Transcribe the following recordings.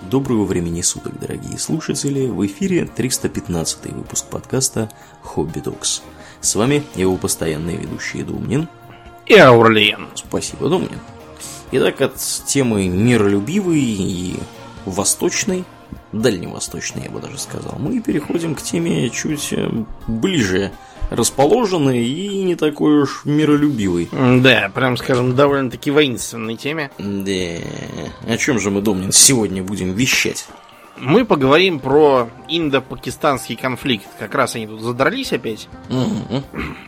Доброго времени суток, дорогие слушатели! В эфире 315 выпуск подкаста «Хобби Токс». С вами его постоянные ведущие Думнин и Аурлиен. Спасибо, Думнин. Итак, от темы миролюбивой и восточной, дальневосточной, я бы даже сказал, мы переходим к теме чуть ближе расположенной и не такой уж миролюбивой. Да, прям скажем, довольно-таки воинственной теме. Да. О чем же мы, Домнин, сегодня будем вещать? Мы поговорим про индо-пакистанский конфликт. Как раз они тут задрались опять. Угу.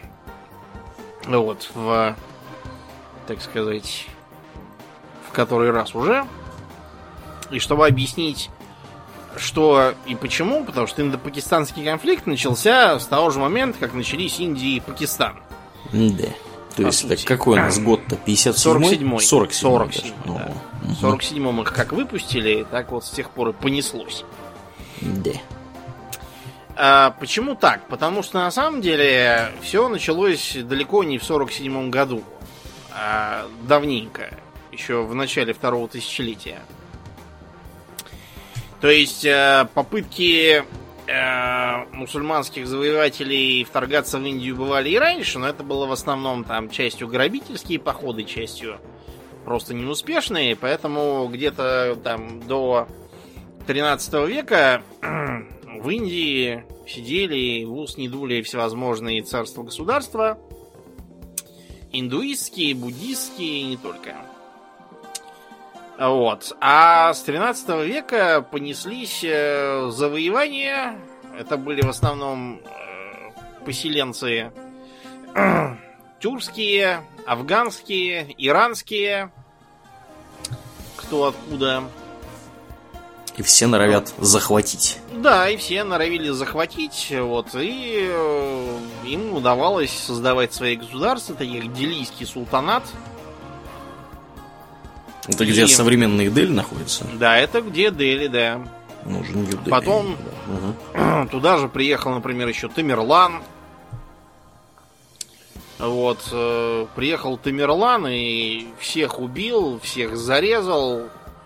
Вот, так сказать, в который раз уже. И чтобы объяснить, что и почему, потому что индо-пакистанский конфликт начался с того же момента, как начались Индия и Пакистан. Да. То есть, так какой у нас год-то? 57-й? 47-й, да. В 47-м их как выпустили, так вот с тех пор и понеслось. Да. А почему так? Потому что на самом деле все началось далеко не в 47-м году, а давненько, еще в начале второго тысячелетия. То есть попытки мусульманских завоевателей вторгаться в Индию бывали и раньше, но это было в основном там частью грабительские походы, частью просто неуспешные, поэтому где-то там до 13 века в Индии сидели, в ус не дули всевозможные царства-государства, индуистские, буддистские и не только. Вот. А с 13 века понеслись завоевания. Это были в основном поселенцы тюркские, афганские, иранские. Кто откуда. И все норовят захватить. Да, и все норовили захватить. Вот. И им удавалось создавать свои государства, такие как Делийский султанат. Это где современный Дель находится? Да, это где Дели, да. Нужен Нью-Дели. Потом туда же приехал, например, еще Тамерлан. Вот. Приехал Тамерлан и всех убил, всех зарезал.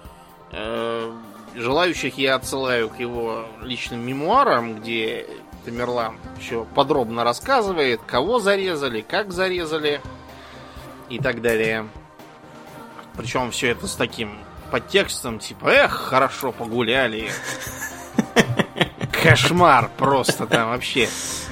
Желающих я отсылаю к его личным мемуарам, где Тамерлан еще подробно рассказывает, кого зарезали, как зарезали и так далее. Причем все это с таким подтекстом, типа, эх, хорошо погуляли. Кошмар просто там вообще.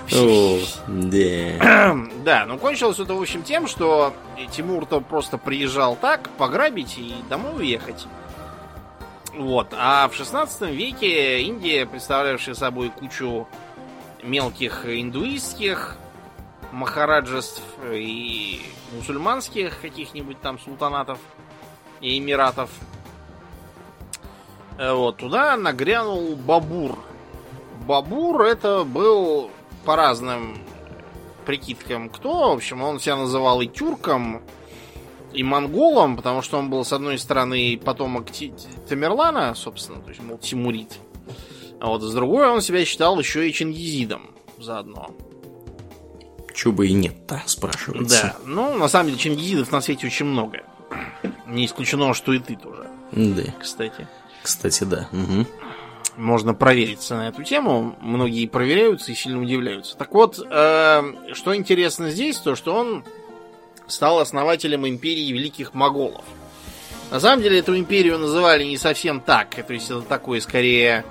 Да, но кончилось это, в общем, тем, что Тимур-то просто приезжал так, пограбить и домой уехать. Вот. А в 16 веке Индия, представлявшая собой кучу мелких индуистских махараджеств и мусульманских каких-нибудь там султанатов и эмиратов. Вот, туда нагрянул Бабур. Бабур это был по разным прикидкам кто. В общем, он себя называл и тюрком, и монголом, потому что он был, с одной стороны, потомок Тамерлана, собственно, то есть, мол, тимурид. А вот с другой он себя считал еще и чингизидом заодно. Чего бы и нет-то, спрашивается. Да, ну, на самом деле, чингизидов на свете очень много. Не исключено, что и ты тоже. Да. Кстати, да. Угу. Можно провериться на эту тему. Многие проверяются и сильно удивляются. Так вот, что интересно здесь, то что он стал основателем империи великих моголов. На самом деле, эту империю называли не совсем так. То есть, это такой, скорее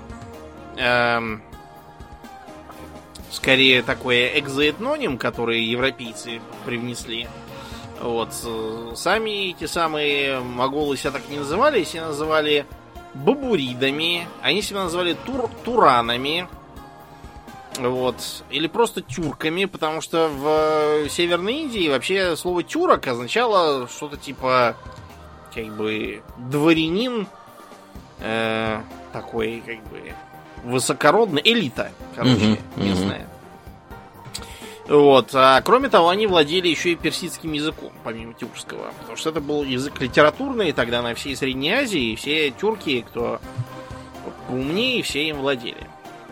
такой экзоэтноним, который европейцы привнесли. Вот. Сами эти самые моголы себя так не называли, себя называли бабуридами, они себя называли туранами, вот, или просто тюрками, потому что в Северной Индии вообще слово тюрок означало что-то типа как бы дворянин, такой как бы высокородный, элита, короче, местная. Вот. А кроме того, они владели еще и персидским языком, помимо тюркского. Потому что это был язык литературный тогда на всей Средней Азии. И все тюрки, кто поумнее, все им владели.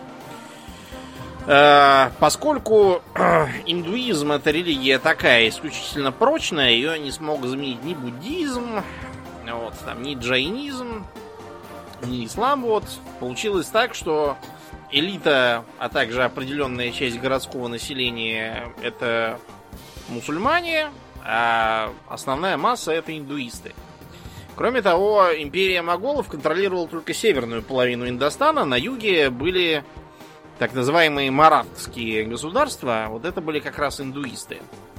Поскольку индуизм это религия такая исключительно прочная, ее не смог заменить ни буддизм, вот, там, ни джайнизм, не ислам, вот, получилось так, что элита, а также определенная часть городского населения это мусульмане, а основная масса это индуисты. Кроме того, империя моголов контролировала только северную половину Индостана, на юге были так называемые маратские государства, вот это были как раз индуисты.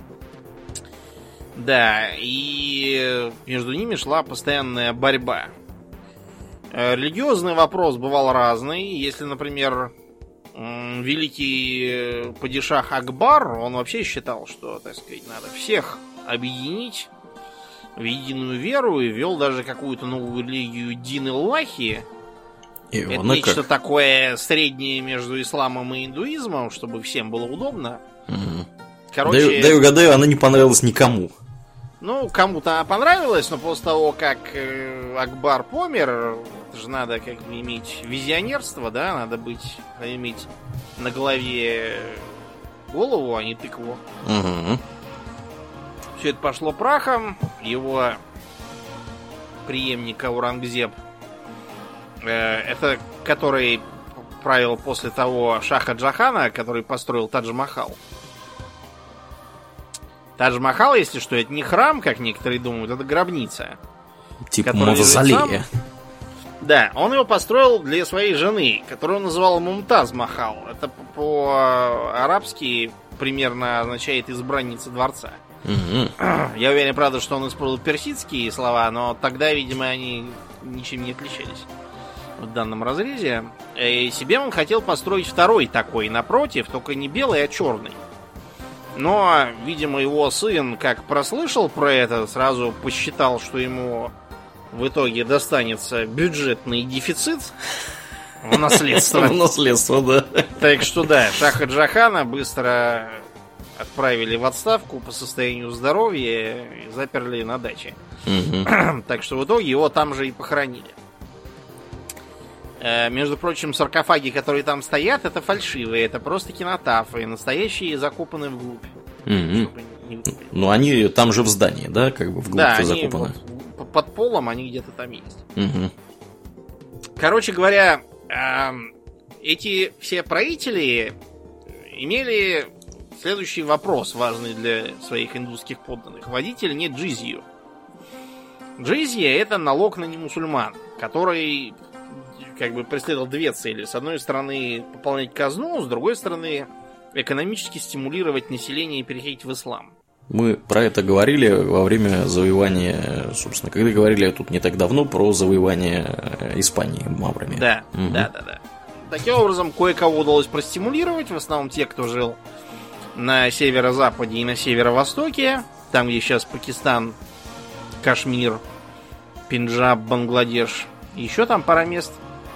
Да, и между ними шла постоянная борьба. Религиозный вопрос бывал разный. Если, например, великий падишах Акбар, он вообще считал, что, так сказать, надо всех объединить в единую веру, и ввел даже какую-то новую религию Дин-ил-Лахи. Это нечто такое среднее между исламом и индуизмом, чтобы всем было удобно. Угу. Короче, дай угадаю, она не понравилась никому. Ну, кому-то она понравилась, но после того, как Акбар помер, это же надо как бы иметь визионерство, да, надо иметь на голове голову, а не тыкву. Угу. Все это пошло прахом, его преемник Аурангзеб, это который правил после того Шаха Джахана, который построил Тадж-Махал. Тадж-Махал, если что, это не храм, как некоторые думают, это гробница. Типа мавзолея. Да, он его построил для своей жены, которую он называл Мумтаз Махал. Это по-арабски примерно означает избранница дворца. Угу. Я уверен, правда, что он использовал персидские слова, но тогда, видимо, они ничем не отличались в данном разрезе. И себе он хотел построить второй такой напротив, только не белый, а черный. Но, видимо, его сын, как прослышал про это, сразу посчитал, что ему в итоге достанется бюджетный дефицит в наследство. В наследство, да. Так что да, Шаха Джахана быстро отправили в отставку по состоянию здоровья и заперли на даче. Так что в итоге его там же и похоронили. Между прочим, саркофаги, которые там стоят, это фальшивые, это просто кинотафы, настоящие закопаны вглубь. Ну, они там же в здании, да, как бы вглубь да, закопаны. Вот под полом они где-то там есть. Короче говоря, эти все правители имели следующий вопрос, важный для своих индусских подданных. Вводить или нет джизью? Джизья — это налог на немусульман, который как бы преследовал две цели. С одной стороны, пополнять казну, с другой стороны, экономически стимулировать население переходить в ислам. Мы про это говорили во время завоевания, собственно, когда говорили тут не так давно про завоевание Испании маврами. Да, да. Таким образом, кое-кого удалось простимулировать, в основном те, кто жил на северо-западе и на северо-востоке, там, где сейчас Пакистан, Кашмир, Пенджаб, Бангладеш, еще там пара мест.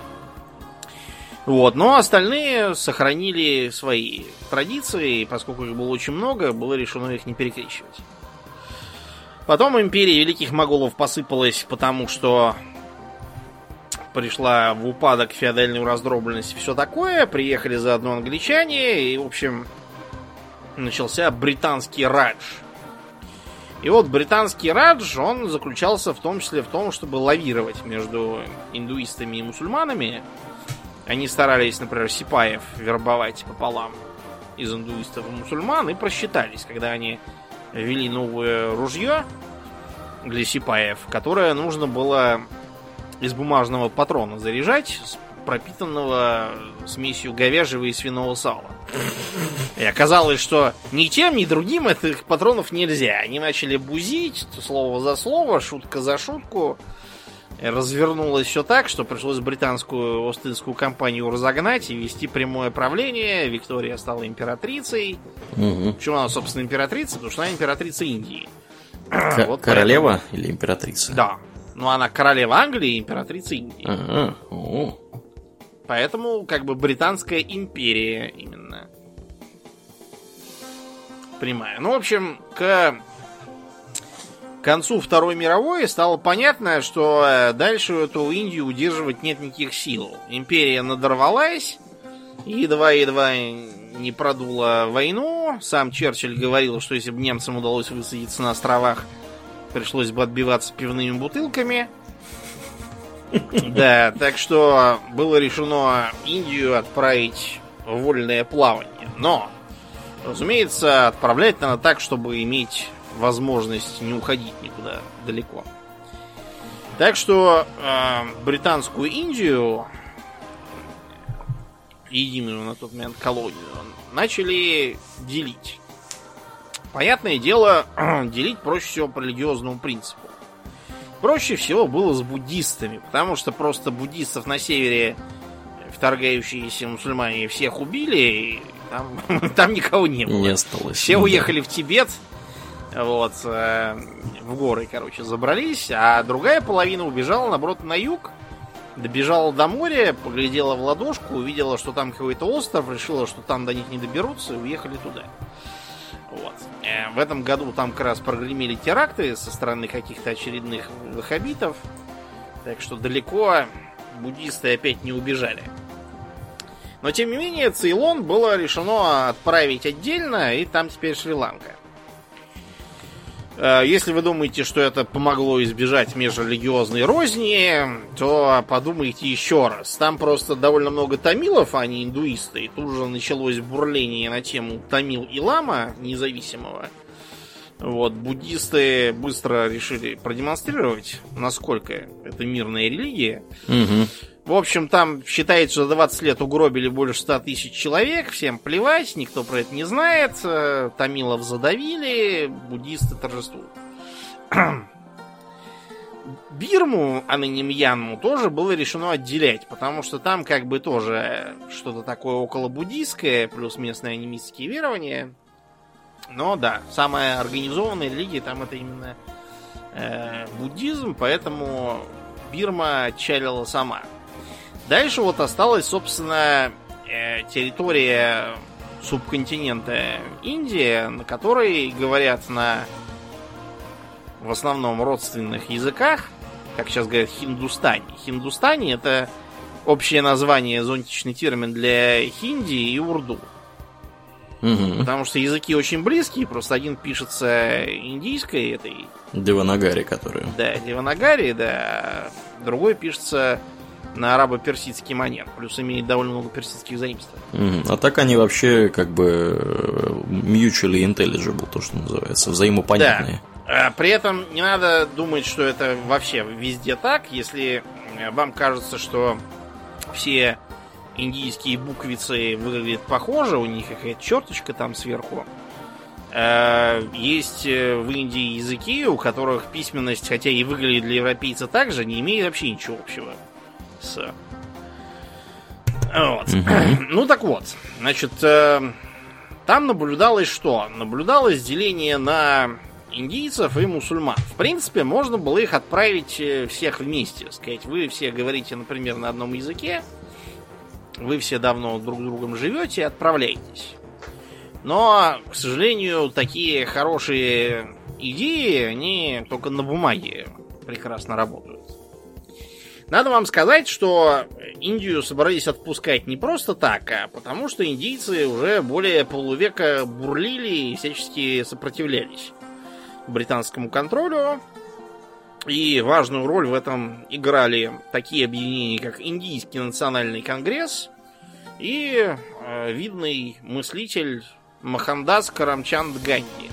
Вот, но остальные сохранили свои традиции, и поскольку их было очень много, было решено их не перекрещивать. Потом империя великих моголов посыпалась, потому что пришла в упадок, феодальную раздробленность и все такое. Приехали заодно англичане, и, в общем, начался британский радж. И вот британский радж, он заключался в том числе в том, чтобы лавировать между индуистами и мусульманами. Они старались, например, сипаев вербовать пополам из индуистов и мусульман, и просчитались, когда они ввели новое ружье для сипаев, которое нужно было из бумажного патрона заряжать, пропитанного смесью говяжьего и свиного сала. И оказалось, что ни тем, ни другим этих патронов нельзя. Они начали бузить, слово за слово, шутка за шутку. Развернулось все так, что пришлось британскую Ост-Индскую компанию разогнать и вести прямое правление. Виктория стала императрицей. Почему она, собственно, императрица? Потому что она императрица Индии. Вот королева или императрица? Да. Ну, она королева Англии и императрица Индии. Поэтому, как бы, британская империя именно. Прямая. Ну, в общем, к концу Второй мировой стало понятно, что дальше эту Индию удерживать нет никаких сил. Империя надорвалась, едва-едва не продула войну. Сам Черчилль говорил, что если бы немцам удалось высадиться на островах, пришлось бы отбиваться пивными бутылками. Да, так что было решено Индию отправить в вольное плавание. Но, разумеется, отправлять надо так, чтобы иметь возможность не уходить никуда далеко. Так что британскую Индию, единую на тот момент колонию, начали делить. Понятное дело, делить проще всего по религиозному принципу. Проще всего было с буддистами, потому что просто буддистов на севере вторгающиеся мусульмане всех убили, и там никого не было. Не осталось. Все уехали в Тибет, вот, в горы, короче, забрались, а другая половина убежала, наоборот, на юг, добежала до моря, поглядела в ладошку, увидела, что там какой-то остров, решила, что там до них не доберутся, и уехали туда. Вот. В этом году там как раз прогремели теракты со стороны каких-то очередных ваххабитов, так что далеко буддисты опять не убежали. Но, тем не менее, Цейлон было решено отправить отдельно, и там теперь Шри-Ланка. Если вы думаете, что это помогло избежать межрелигиозной розни, то подумайте еще раз. Там просто довольно много тамилов, а не индуисты. И тут же началось бурление на тему тамил-илама независимого. Вот, буддисты быстро решили продемонстрировать, насколько это мирная религия. Угу. В общем, там считается, что за 20 лет угробили больше 100 тысяч человек. Всем плевать, никто про это не знает. Тамилов задавили, буддисты торжествуют. Бирму, а ныне Мьянму, тоже было решено отделять, потому что там как бы тоже что-то такое околобуддийское, плюс местные анимистские верования. Но да, самая организованная религия там это именно буддизм, поэтому Бирма отчалила сама. Дальше вот осталась, собственно, территория субконтинента Индия, на которой говорят на в основном родственных языках, как сейчас говорят, хиндустани. Хиндустани — это общее название, зонтичный термин для хинди и урду. Угу. Потому что языки очень близкие, просто один пишется индийской этой... Деванагари, которую. Да, Деванагари, да. Другой пишется на арабо-персидский манер. Плюс имеет довольно много персидских заимствований. Угу. А так они вообще как бы mutually intelligible, то, что называется, взаимопонятные. Да. При этом не надо думать, что это вообще везде так. Если вам кажется, что все индийские буквицы выглядят похоже, у них какая-то черточка там сверху. Есть в Индии языки, у которых письменность, хотя и выглядит для европейца так же, не имеет вообще ничего общего с... Вот. Ну так вот, значит, там наблюдалось что? Наблюдалось деление на индийцев и мусульман. В принципе, можно было их отправить всех вместе. Сказать, вы все говорите, например, на одном языке, вы все давно друг с другом живете, отправляйтесь. Но, к сожалению, такие хорошие идеи, они только на бумаге прекрасно работают. Надо вам сказать, что Индию собрались отпускать не просто так, а потому что индийцы уже более полувека бурлили и всячески сопротивлялись британскому контролю. И важную роль в этом играли такие объединения, как Индийский национальный конгресс и видный мыслитель Мохандас Карамчанд Ганди.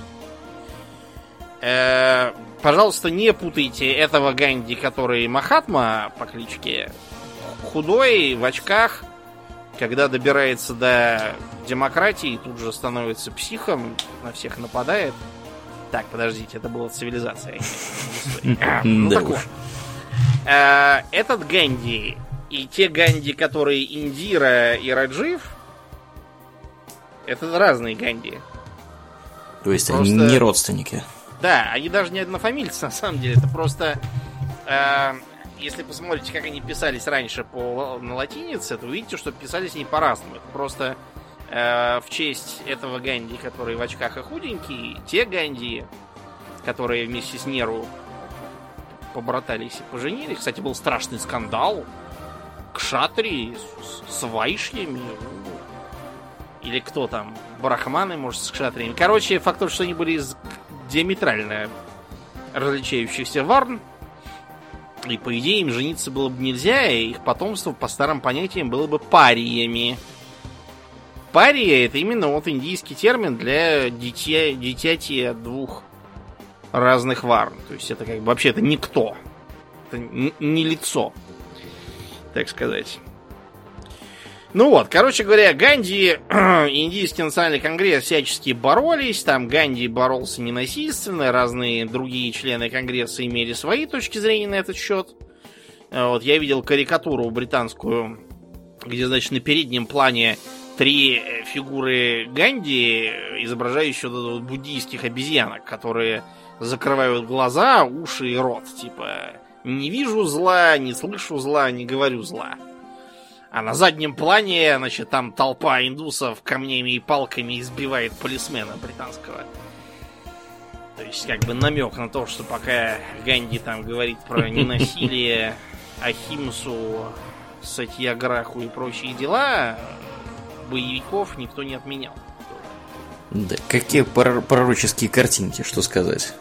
Пожалуйста, не путайте этого Ганди, который Махатма по кличке, худой, в очках, когда добирается до демократии, тут же становится психом, на всех нападает. Так, подождите, это была цивилизация. Ну так вот. Этот Ганди и те Ганди, которые Индира и Раджив, это разные Ганди. То есть они не родственники. Да, они даже не однофамильцы, на самом деле. Это просто... если посмотрите, как они писались раньше на латинице, то увидите, что писались они по-разному. Это просто в честь этого Ганди, который в очках и худенький, те Ганди, которые вместе с Неру побратались и поженились. Кстати, был страшный скандал. Кшатри с вайшьями. Или кто там? Брахманы, может, с кшатриями. Короче, факт тот, что они были из диаметрально различающихся варн. И, по идее, им жениться было бы нельзя, и их потомство, по старым понятиям, было бы париями. Пария — это именно вот индийский термин для дитяти от двух разных варн. То есть это как бы вообще это никто. Это не лицо, так сказать. Ну вот, короче говоря, Ганди и Индийский национальный конгресс всячески боролись. Там Ганди боролся ненасильственно, разные другие члены конгресса имели свои точки зрения на этот счет. Вот, я видел карикатуру британскую, где, значит, на переднем плане 3 фигуры Ганди, изображающие вот буддийских обезьянок, которые закрывают глаза, уши и рот. Типа, не вижу зла, не слышу зла, не говорю зла. А на заднем плане, значит, там толпа индусов камнями и палками избивает полисмена британского. То есть, как бы намек на то, что пока Ганди там говорит про ненасилие, ахимсу, сатьяграху и прочие дела, боевиков никто не отменял. Да, какие пророческие картинки, что сказать.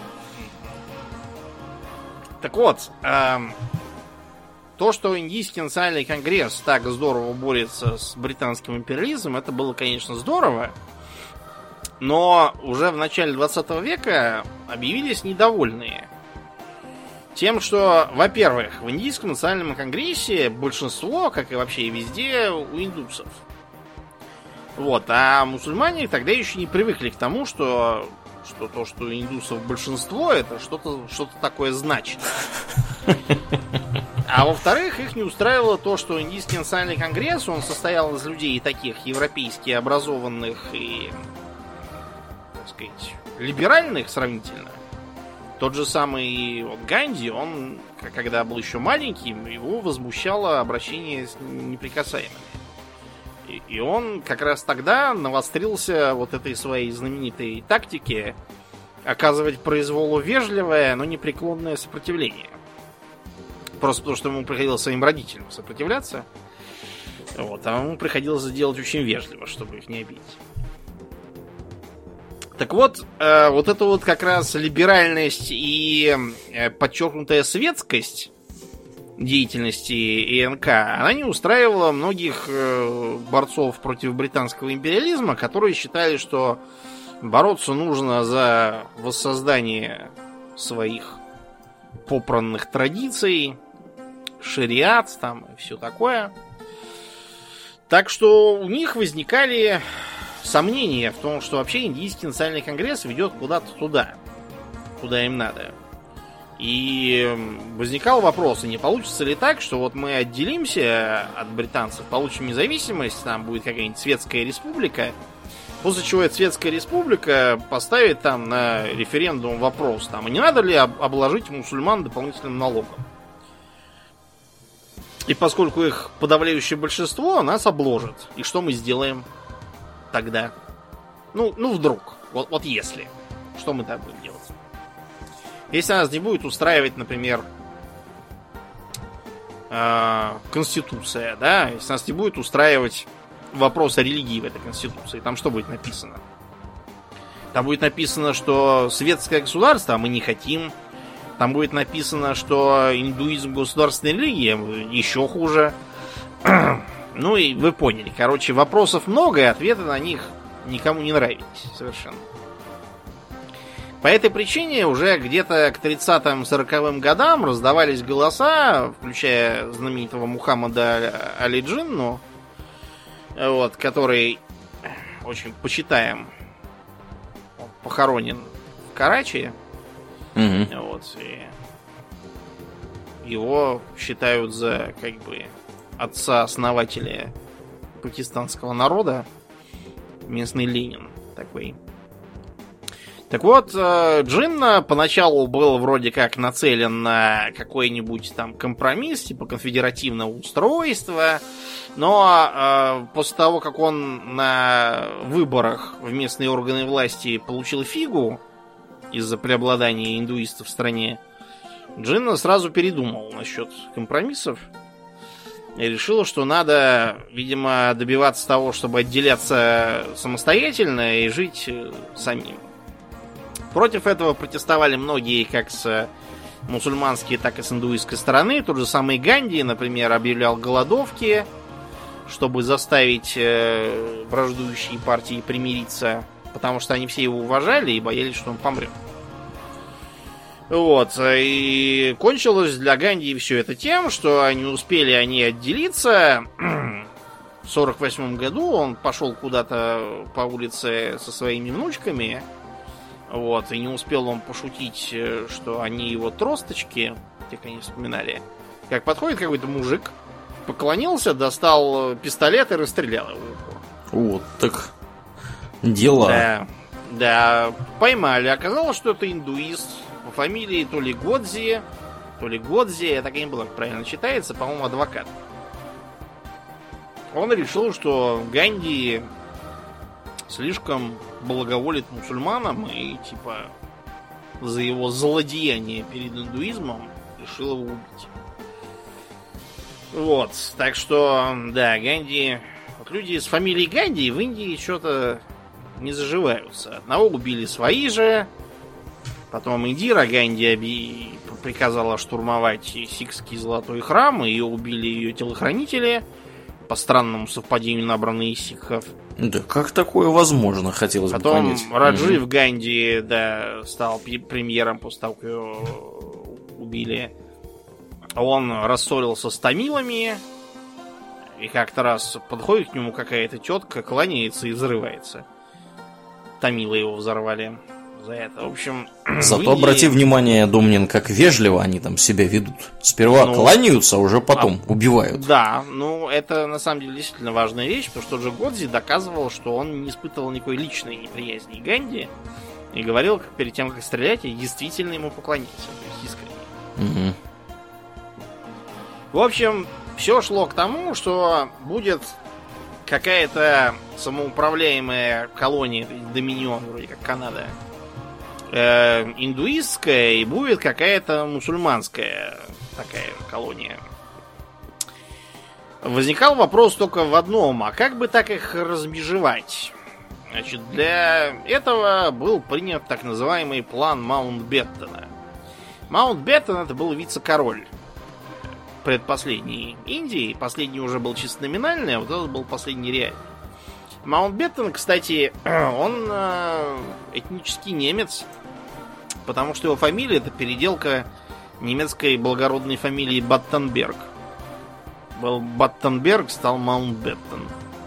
Так вот, то, что Индийский национальный конгресс так здорово борется с британским империализмом, это было, конечно, здорово. Но уже в начале 20 века объявились недовольные тем, что, во-первых, в Индийском национальном конгрессе большинство, как и вообще везде, у индусов. Вот, а мусульмане тогда еще не привыкли к тому, что то, что у индусов большинство, это что-то такое значит. А во-вторых, их не устраивало то, что Индийский национальный конгресс, он состоял из людей таких европейски образованных и, так сказать, либеральных сравнительно. Тот же самый вот Ганди, он, когда был еще маленьким, его возмущало обращение с неприкасаемыми. И он как раз тогда навострился вот этой своей знаменитой тактике оказывать произволу вежливое, но непреклонное сопротивление. Просто потому, что ему приходилось своим родителям сопротивляться. Вот, а ему приходилось делать очень вежливо, чтобы их не обидеть. Так вот, вот эта вот как раз либеральность и подчеркнутая светскость деятельности ИНК, она не устраивала многих борцов против британского империализма, которые считали, что бороться нужно за воссоздание своих попранных традиций, шариат там и все такое. Так что у них возникали сомнения в том, что вообще Индийский национальный конгресс ведет куда-то туда, куда им надо. И возникал вопрос, не получится ли так, что вот мы отделимся от британцев, получим независимость, там будет какая-нибудь светская республика, после чего эта светская республика поставит там на референдум вопрос, там, не надо ли обложить мусульман дополнительным налогом. И поскольку их подавляющее большинство, нас обложат. И что мы сделаем тогда? Ну вдруг. Вот если. Что мы так будем делать? Если нас не будет устраивать, например, Конституция, да? Если нас не будет устраивать вопрос о религии в этой Конституции, там что будет написано? Там будет написано, что светское государство мы не хотим. Там будет написано, что индуизм государственная религия, еще хуже. Ну и вы поняли. Короче, вопросов много, и ответы на них никому не нравились совершенно. По этой причине уже где-то к 30-40-м годам раздавались голоса, включая знаменитого Мухаммада Али Джинну, вот, который очень почитаем, похоронен в Карачи. Вот, и его считают за как бы отца-основателя пакистанского народа, местный Ленин такой. Так вот, Джинна поначалу был вроде как нацелен на какой-нибудь там компромисс, типа конфедеративного устройства, но после того, как он на выборах в местные органы власти получил фигу из-за преобладания индуистов в стране, Джинна сразу передумал насчет компромиссов и решила, что надо, видимо, добиваться того, чтобы отделяться самостоятельно и жить самим. Против этого протестовали многие как с мусульманские, так и с индуистской стороны. Тот же самый Ганди, например, объявлял голодовки, чтобы заставить враждующие партии примириться, потому что они все его уважали и боялись, что он помрет. Вот, и кончилось для Ганди все это тем, что не успели они отделиться. В 1948 году он пошел куда-то по улице со своими внучками. Вот, и не успел он пошутить, что они его тросточки, как они вспоминали. Как подходит какой-то мужик, поклонился, достал пистолет и расстрелял его. Вот так дела. Да, да, поймали. Оказалось, что это индуист по фамилии то ли Годзи, я так и не было, как правильно читается, по-моему, адвокат. Он решил, что Ганди слишком благоволит мусульманам и, типа, за его злодеяние перед индуизмом решил его убить. Вот, так что, да, Ганди... Вот люди с фамилией Ганди в Индии что-то не заживаются. Одного убили свои же, потом Индира Ганди приказала штурмовать сикхский золотой храм, ее убили ее телохранители, по странному совпадению набранные из сикхов. Да как такое возможно, хотелось бы понять. Потом Раджив Ганди, да, стал премьером после того, как его убили. Он рассорился с тамилами, и как-то раз подходит к нему какая-то тетка, кланяется и взрывается. Тамилы его взорвали за это. В общем, зато в Индии... обрати внимание, Домнин, как вежливо они там себя ведут. Сперва кланяются, а уже потом убивают. Да, ну это на самом деле действительно важная вещь, потому что тот же Годзи доказывал, что он не испытывал никакой личной неприязни Ганди и говорил, как перед тем, как стрелять, и действительно ему поклонился, то есть искренне. Угу. В общем, все шло к тому, что будет какая-то самоуправляемая колония, доминион, вроде как Канада, индуистская, и будет какая-то мусульманская такая колония. Возникал вопрос только в одном: а как бы так их размежевать? Значит, для этого был принят так называемый план Маунтбеттена. Маунтбеттен — это был вице-король предпоследней Индии. Последний уже был чисто номинальный, а вот этот был последний реальный. Маунтбеттен, кстати, он этнический немец, потому что его фамилия — это переделка немецкой благородной фамилии Баттенберг. Был Баттенберг, стал Маунтбеттен.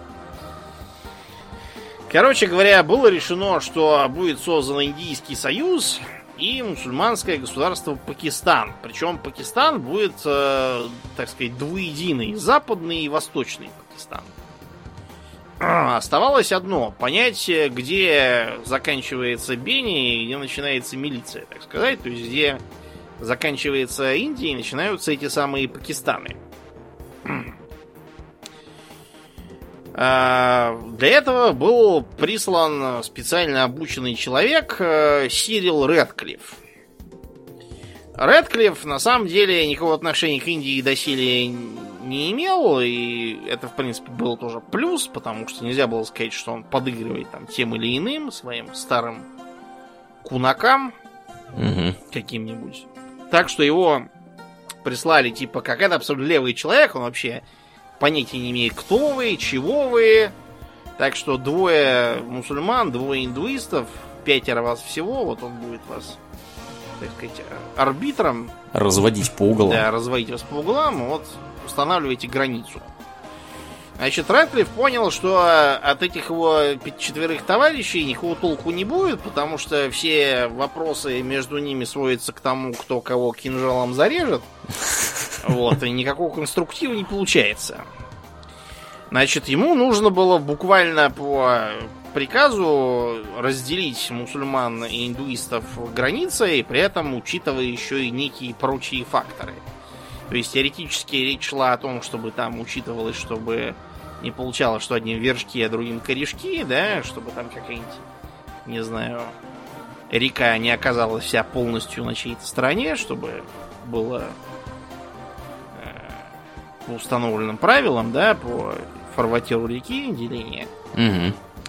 Короче говоря, было решено, что будет создан Индийский союз и мусульманское государство Пакистан. Причем Пакистан будет, так сказать, двуединый: западный и восточный Пакистан. Оставалось одно: понять, где заканчивается Бени и где начинается милиция, так сказать. То есть, где заканчивается Индия и начинаются эти самые Пакистаны. Для этого был прислан специально обученный человек Сирил Рэдклифф. Рэдклифф на самом деле никакого отношения к Индии доселе не имел, и это, в принципе, был тоже плюс, потому что нельзя было сказать, что он подыгрывает там тем или иным своим старым кунакам каким-нибудь. Так что его прислали типа как это абсолютно левый человек, он вообще понятия не имеет, кто вы, чего вы. Так что 2 мусульман, 2 индуистов, 5 вас всего, вот он будет вас, так сказать, арбитром. Разводить по углам. Да, разводить вас по углам, вот устанавливайте границу. Значит, Рэдклифф понял, что от этих его 4 товарищей никакого толку не будет, потому что все вопросы между ними сводятся к тому, кто кого кинжалом зарежет. Вот, и никакого конструктива не получается. Значит, ему нужно было буквально по приказу разделить мусульман и индуистов границей, при этом учитывая еще и некие прочие факторы. То есть теоретически речь шла о том, чтобы там учитывалось, чтобы не получалось, что одним вершки, а другим корешки, да, чтобы там какая-нибудь, не знаю, река не оказалась вся полностью на чьей-то стороне, чтобы было по установленным правилам, да, по фарватеру реки деление. Угу.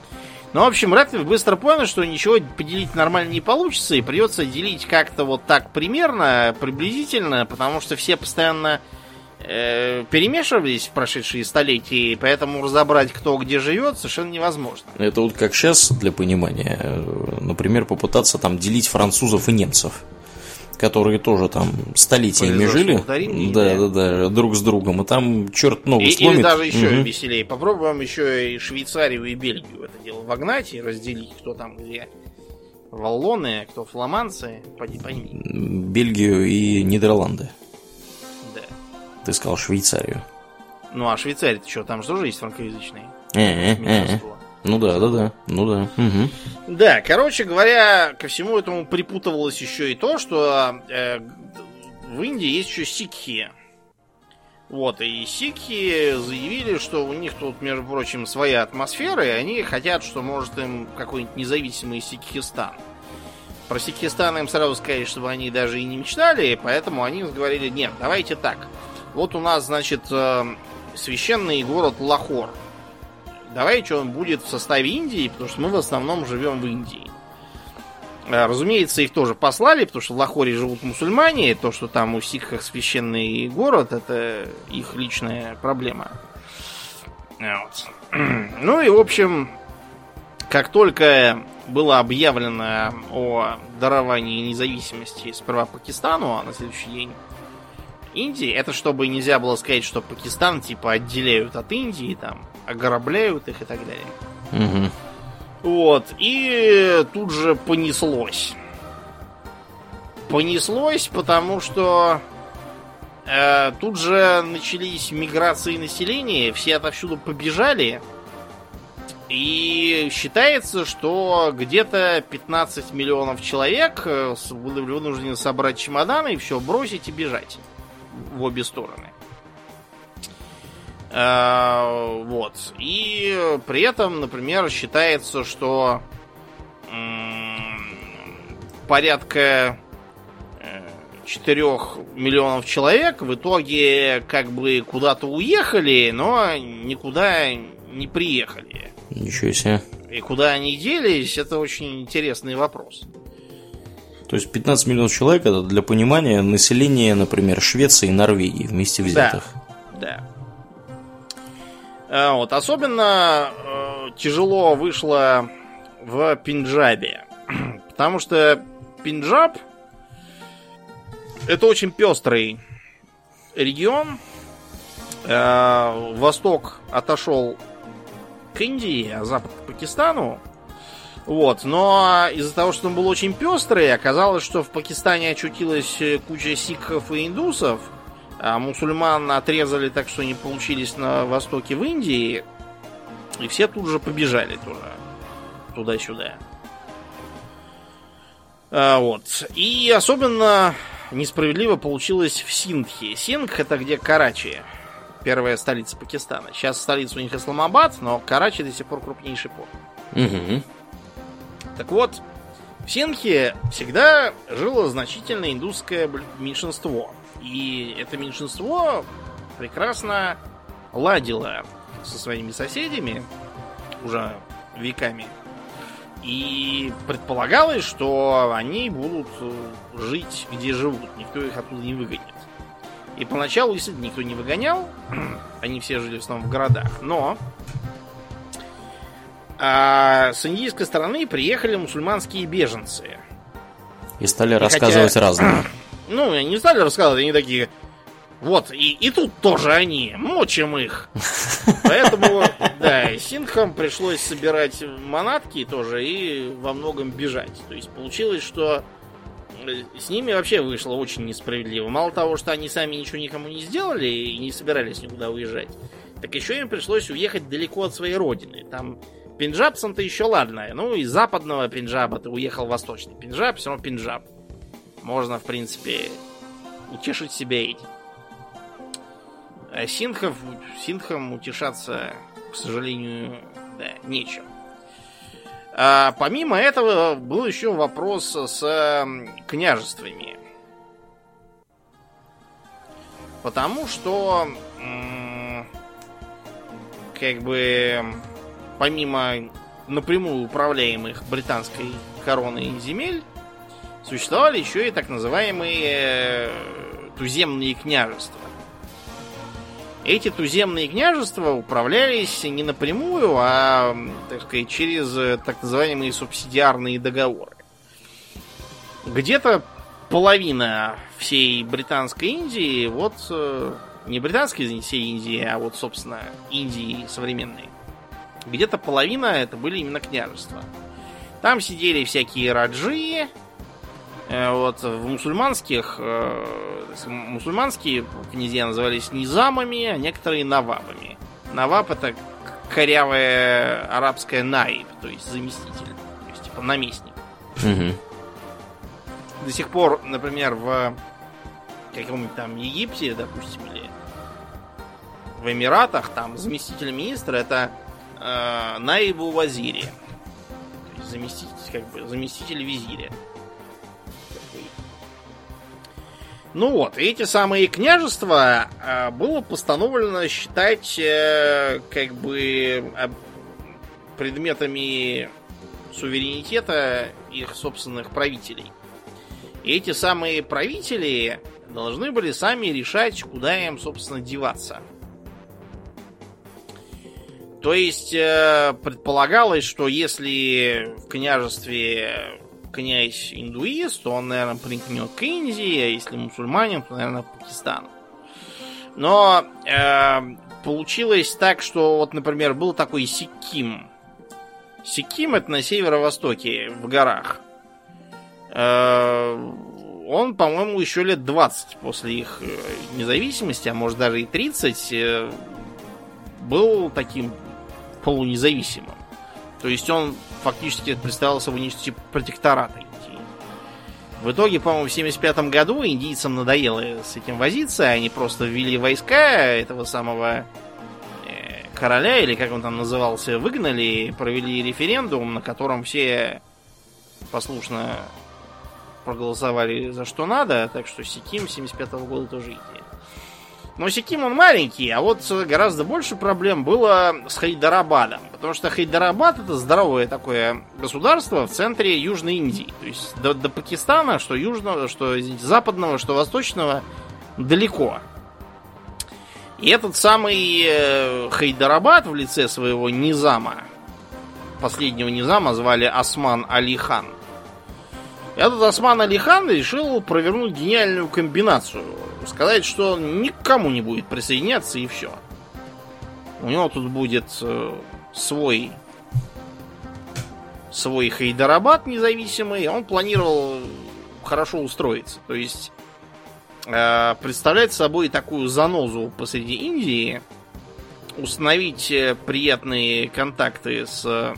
Ну, в общем, Рэдклифф быстро понял, что ничего поделить нормально не получится, и придется делить как-то вот так примерно, приблизительно, потому что все постоянно перемешивались в прошедшие столетия, и поэтому разобрать, кто где живет, совершенно невозможно. Это вот как сейчас, для понимания, например, попытаться там делить французов и немцев, которые тоже там столетиями жили, да, друг с другом, и там черт ногу сломит. Или даже еще веселее. Попробуем еще и Швейцарию и Бельгию это дело вогнать и разделить, кто там где. Валлоны, кто фламандцы, пойми. Бельгию и Нидерланды. Да. Ты сказал Швейцарию. Ну а Швейцария-то что, там же тоже есть франкоязычные? Ну да. Угу. Да, короче говоря, ко всему этому припутывалось еще и то, что в Индии есть еще сикхи. Вот, и сикхи заявили, что у них тут, между прочим, своя атмосфера, и они хотят, что может им какой-нибудь независимый Сикхистан. Про Сикхистан им сразу сказали, чтобы они даже и не мечтали, поэтому они говорили, нет, давайте так. Вот у нас, значит, священный город Лахор. Давайте он будет в составе Индии, потому что мы в основном живем в Индии. Разумеется, их тоже послали, потому что в Лахоре живут мусульмане. То, что там у сикхов священный город, это их личная проблема. Вот. Ну и, в общем, как только было объявлено о даровании независимости сперва Пакистану, а на следующий день Индии, это чтобы нельзя было сказать, что Пакистан типа отделяют от Индии, там, ограбляют их и так далее. Угу. Вот, и тут же понеслось. Понеслось, потому что тут же начались миграции населения, все отовсюду побежали. И считается, что где-то 15 миллионов человек были вынуждены собрать чемоданы и все бросить и бежать в обе стороны. Вот. И при этом, например, считается, что порядка 4 миллионов человек в итоге как бы куда-то уехали, но никуда не приехали. Ничего себе. И куда они делись, это очень интересный вопрос. То есть 15 миллионов человек, это для понимания население, например, Швеции и Норвегии вместе взятых. Да. Вот. Особенно тяжело вышло в Пенджабе. Потому что Пенджаб это очень пестрый регион. Восток отошел к Индии, а запад к Пакистану. Вот. Но из-за того, что он был очень пестрый, оказалось, что в Пакистане очутилась куча сикхов и индусов, а мусульман отрезали так, что они получились на востоке в Индии, и все тут же побежали тоже туда-сюда. Вот. И особенно несправедливо получилось в Синдхе. Синдх это где Карачи, первая столица Пакистана. Сейчас столица у них Исламабад, но Карачи до сих пор крупнейший порт. Угу. Так вот, в Синдхе всегда жило значительное индусское меньшинство. И это меньшинство прекрасно ладило со своими соседями уже веками. И предполагалось, что они будут жить где живут. Никто их оттуда не выгонит. И поначалу, если никто не выгонял, они все жили в основном в городах. Но с индийской стороны приехали мусульманские беженцы. И стали рассказывать разное. Ну, они не стали рассказывать, они такие, вот, и тут тоже они, мочим их. Поэтому, да, синдхам пришлось собирать манатки тоже и во многом бежать. То есть получилось, что с ними вообще вышло очень несправедливо. Мало того, что они сами ничего никому не сделали и не собирались никуда уезжать, так еще им пришлось уехать далеко от своей родины. Там пенджабцам-то еще ладно. Ну, из западного Пенджаба ты уехал в восточный Пенджаб, все равно Пенджаб. Можно, в принципе, утешить себя этим. А синдхам утешаться, к сожалению, да, нечем. А помимо этого был еще вопрос с княжествами. Потому что как бы помимо напрямую управляемых британской короной земель существовали еще и так называемые туземные княжества. Эти туземные княжества управлялись не напрямую, а, так сказать, через так называемые субсидиарные договоры. Где-то половина всей британской Индии, вот не британской, извините, всей Индии, а вот, собственно, Индии современной. Где-то половина это были именно княжества. Там сидели всякие раджи. Вот в мусульманские князья назывались низамами, а некоторые навабами. Наваб — это корявое арабское наиб, то есть заместитель, то есть типа наместник. Угу. До сих пор, например, в каком-нибудь там Египте, допустим, или в Эмиратах, там заместитель министра — это наибу вазири, то есть заместитель визиря. Ну вот, эти самые княжества было постановлено считать предметами суверенитета их собственных правителей. И эти самые правители должны были сами решать, куда им, собственно, деваться. То есть предполагалось, что если в княжестве князь индуист, то он, наверное, примкнет к Индии, а если мусульманин, то, наверное, к Пакистану. Но получилось так, что вот, например, был такой Сикким. Сикким — это на северо-востоке, в горах. Он, по-моему, еще лет 20 после их независимости, а может даже и 30, был таким полунезависимым. То есть он фактически представлял собой нечто типа протектората Индии. В итоге, по-моему, в 1975 году индийцам надоело с этим возиться, они просто ввели войска этого самого короля, или как он там назывался, выгнали, провели референдум, на котором все послушно проголосовали за что надо, так что Сикким 1975 года тоже Индия. Но Сикким он маленький, а вот гораздо больше проблем было с Хайдарабадом. Потому что Хайдарабад — это здоровое такое государство в центре Южной Индии. То есть до Пакистана, что южного, что, извините, западного, что восточного, далеко. И этот самый Хайдарабад в лице своего низама, последнего низама звали Осман Али хан. Этот Осман Али хан решил провернуть гениальную комбинацию. Сказать, что он никому не будет присоединяться, и все. У него тут будет свой Хайдарабад независимый. Он планировал хорошо устроиться. То есть представлять собой такую занозу посреди Индии, установить приятные контакты с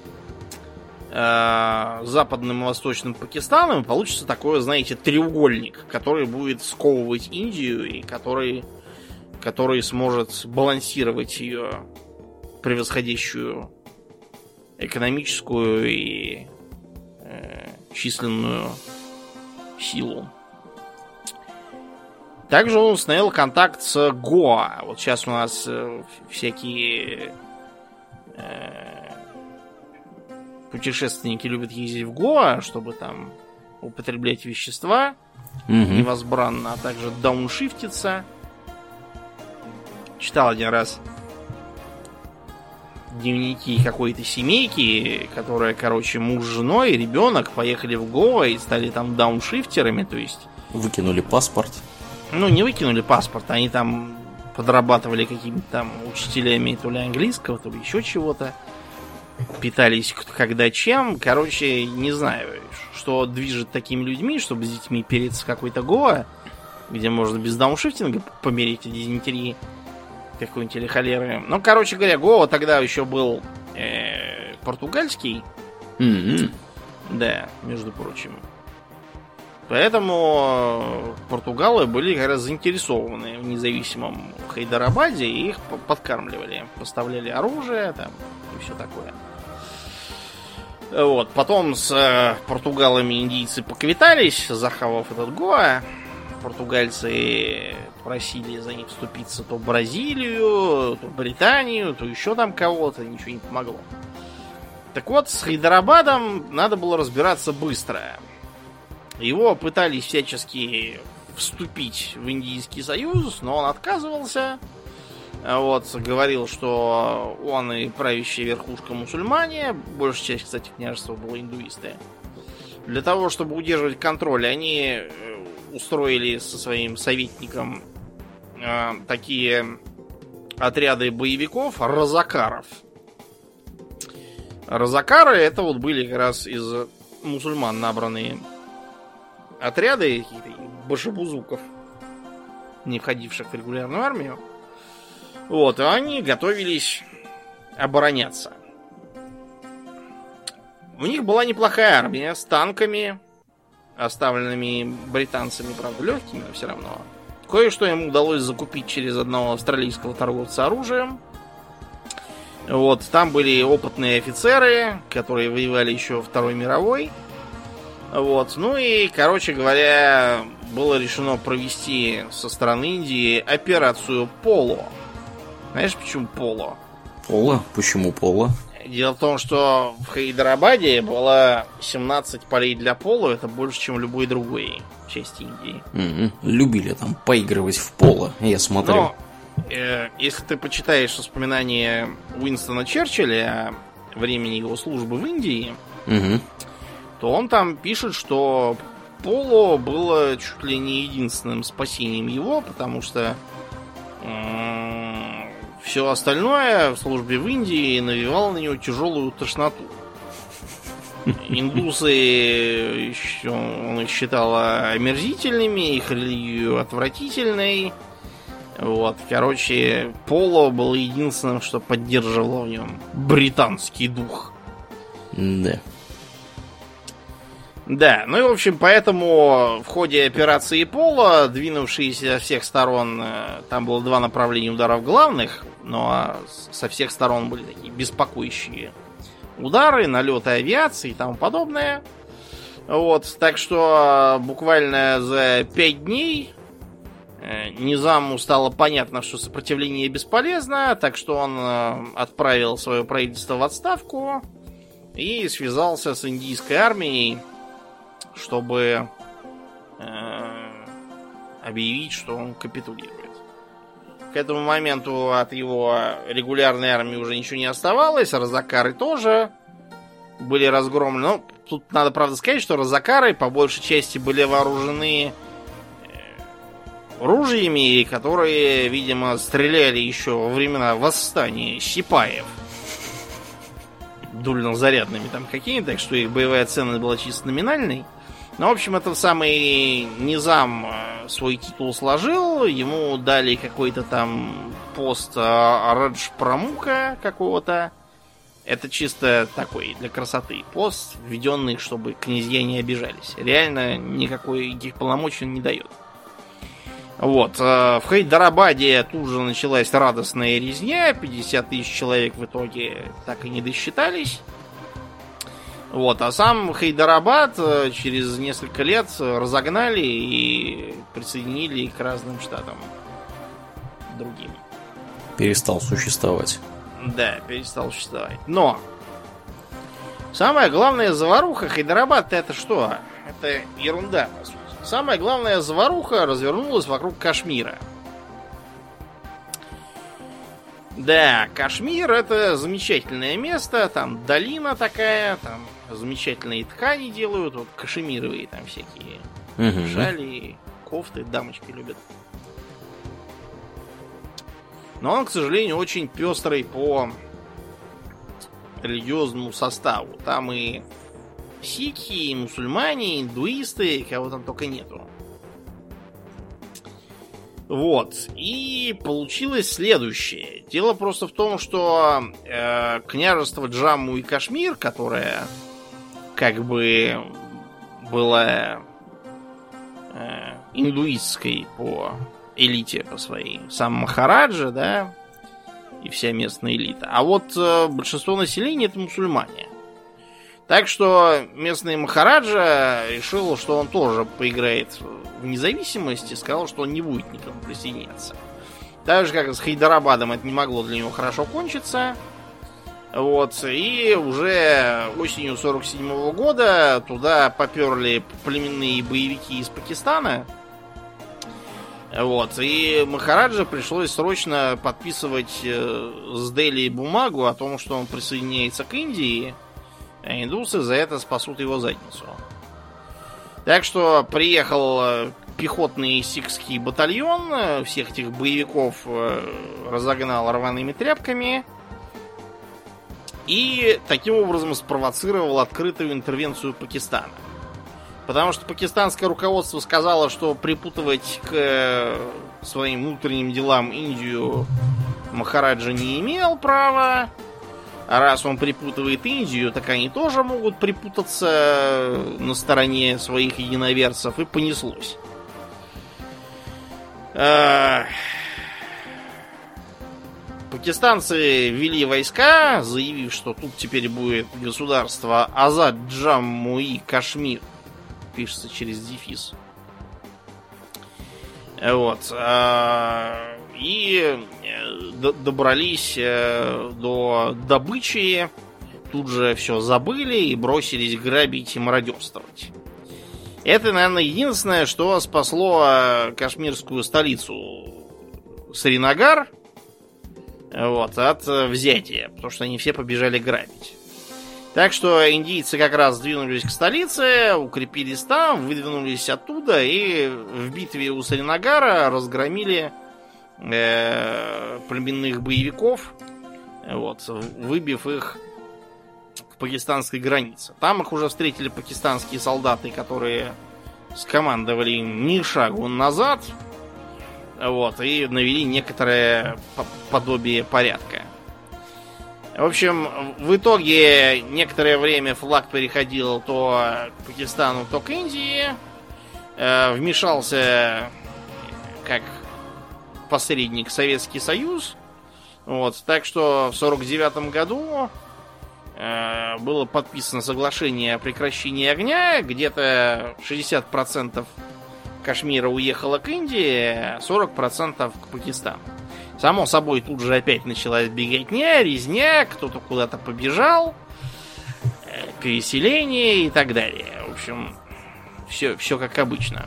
западным и восточным Пакистаном, получится такой, знаете, треугольник, который будет сковывать Индию и который сможет балансировать ее превосходящую экономическую и численную силу. Также он установил контакт с Гоа. Вот сейчас у нас всякие путешественники любят ездить в Гоа, чтобы там употреблять вещества невозбранно, а также дауншифтиться. Читал один раз дневники какой-то семейки, которая, короче, муж с женой, ребенок поехали в Гоа и стали там дауншифтерами, то есть... Выкинули паспорт. Ну, не выкинули паспорт, они там подрабатывали какими-то там учителями то ли английского, то ли еще чего-то. Питались когда чем. Короче, не знаю, что движет такими людьми, чтобы с детьми переться в какой-то Гоа, где можно без дауншифтинга помереть от дизентерии какой-нибудь или холеры. Ну, короче говоря, Гоа тогда еще был португальский. Да, между прочим. Поэтому португалы были как раз заинтересованы в независимом Хайдарабаде и их подкармливали. Поставляли оружие там и все такое. Вот. Потом с португалами индийцы поквитались, захавав этот Гоа. Португальцы просили за них вступиться то в Бразилию, то в Британию, то еще там кого-то. Ничего не помогло. Так вот, с Хайдарабадом надо было разбираться быстро. Его пытались всячески вступить в Индийский союз, но он отказывался. Вот, говорил, что он и правящая верхушка мусульмане. Большая часть, кстати, княжества была индуисты. Для того, чтобы удерживать контроль, они устроили со своим советником такие отряды боевиков, разакаров. Разакары это вот были как раз из мусульман набранные отряды, какие-то башебузуков, не входивших в регулярную армию. Вот, и они готовились обороняться. У них была неплохая армия с танками, оставленными британцами, правда, легкими, но все равно. Кое-что им удалось закупить через одного австралийского торговца оружием. Вот, там были опытные офицеры, которые воевали еще во Второй мировой. Вот, ну и, короче говоря, было решено провести со стороны Индии операцию Поло. Знаешь, почему Поло? Поло? Почему Поло? Дело в том, что в Хайдарабаде было 17 полей для поло, это больше, чем в любой другой части Индии. Любили там поигрывать в поло, я смотрю. Но, если ты почитаешь воспоминания Уинстона Черчилля о времени его службы в Индии, то он там пишет, что поло было чуть ли не единственным спасением его, потому что все остальное в службе в Индии навевало на него тяжелую тошноту. Индусы он их считал омерзительными, их религию отвратительной. Вот, короче, поло было единственным, что поддерживало в нем британский дух. Да. Да, ну и, в общем, поэтому в ходе операции Поло, двинувшись со всех сторон, там было два направления ударов главных, но со всех сторон были такие беспокоящие удары, налеты авиации и тому подобное. Вот, так что буквально за 5 дней Низаму стало понятно, что сопротивление бесполезно, так что он отправил свое правительство в отставку и связался с индийской армией, чтобы объявить, что он капитулирует. К этому моменту от его регулярной армии уже ничего не оставалось, разакары тоже были разгромлены. Но тут надо, правда, сказать, что разакары по большей части были вооружены ружьями, которые, видимо, стреляли еще во времена восстания сипаев. Дульно-зарядными там какими-то, так что их боевая ценность была чисто номинальной. Но, в общем, этот самый Низам свой титул сложил, ему дали какой-то там пост Радж-Прамука какого-то. Это чисто такой, для красоты, пост, введенный, чтобы князья не обижались. Реально никаких полномочий он не дает. Вот, в Хайдарабаде тут же началась радостная резня, 50 тысяч человек в итоге так и не досчитались. Вот, а сам Хайдарабад через несколько лет разогнали и присоединили к разным штатам другим. Перестал существовать. Да, перестал существовать. Но самая главная заваруха Хайдарабад это что? Это ерунда, по сути. Самая главная заваруха развернулась вокруг Кашмира. Да, Кашмир это замечательное место, там долина такая, там замечательные ткани делают, вот кашемировые там всякие шали, кофты, дамочки любят. Но он, к сожалению, очень пестрый по религиозному составу. Там и сикхи, и мусульмане, и индуисты, кого там только нету. Вот. И получилось следующее. Дело просто в том, что княжество Джамму и Кашмир, которое как бы было индуистской по элите, по своей, сам Махараджа, да, и вся местная элита. А вот большинство населения это мусульмане. Так что местный Махараджа решил, что он тоже поиграет в независимость и сказал, что он не будет никому присоединяться. Так же, как с Хайдарабадом это не могло для него хорошо кончиться. Вот, и уже осенью 47 года туда поперли племенные боевики из Пакистана. Вот, и Махараджа пришлось срочно подписывать с Дели бумагу о том, что он присоединяется к Индии, а индусы за это спасут его задницу. Так что приехал пехотный сикхский батальон, всех этих боевиков разогнал рваными тряпками и таким образом спровоцировал открытую интервенцию Пакистана. Потому что пакистанское руководство сказало, что припутывать к своим внутренним делам Индию Махараджа не имел права. А раз он припутывает Индию, так они тоже могут припутаться на стороне своих единоверцев, и понеслось. Пакистанцы ввели войска, заявив, что тут теперь будет государство Азад Джамму и Кашмир. Пишется через дефис. Вот. И добрались до добычи. Тут же все забыли и бросились грабить и мародерствовать. Это, наверное, единственное, что спасло кашмирскую столицу Сринагар, вот, от взятия. Потому что они все побежали грабить. Так что индийцы как раз двинулись к столице, укрепились там, выдвинулись оттуда и в битве у Сринагара разгромили племенных боевиков, вот, выбив их к пакистанской границе. Там их уже встретили пакистанские солдаты, которые скомандовали им ни шагу назад, вот, и навели некоторое подобие порядка. В общем, в итоге некоторое время флаг переходил то к Пакистану, то к Индии. Вмешался как посредник Советский Союз. Вот, так что в 1949 году было подписано соглашение о прекращении огня. Где-то 60% Кашмира уехало к Индии, 40% к Пакистану. Само собой, тут же опять началась беготня, резня, кто-то куда-то побежал, переселение и так далее. В общем, все как обычно.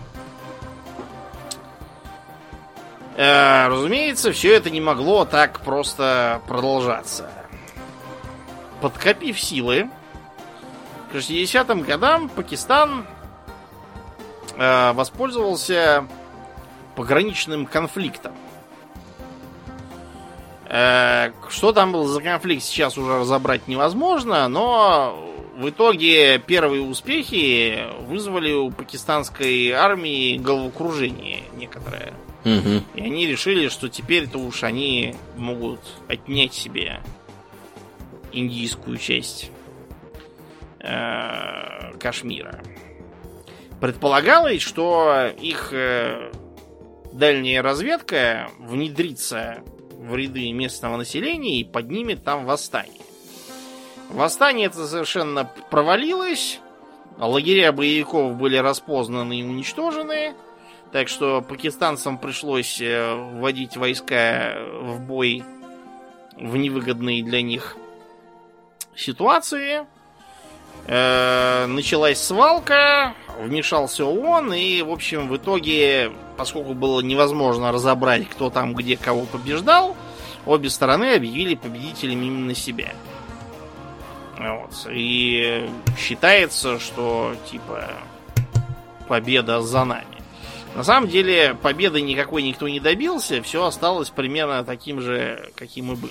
Разумеется, все это не могло так просто продолжаться. Подкопив силы, к 60-м годам Пакистан воспользовался пограничным конфликтом. Что там был за конфликт, сейчас уже разобрать невозможно, но в итоге первые успехи вызвали у пакистанской армии головокружение некоторое. Угу. И они решили, что теперь-то уж они могут отнять себе индийскую часть Кашмира. Предполагалось, что их дальняя разведка внедрится в ряды местного населения и поднимет там восстание. Восстание это совершенно провалилось. Лагеря боевиков были распознаны и уничтожены. Так что пакистанцам пришлось вводить войска в бой в невыгодные для них ситуации. Началась свалка, вмешался ООН, и, в общем, в итоге, поскольку было невозможно разобрать, кто там где кого побеждал, обе стороны объявили победителями именно себя. Вот. И считается, что, типа, победа за нами. На самом деле, победы никакой никто не добился, все осталось примерно таким же, каким и было.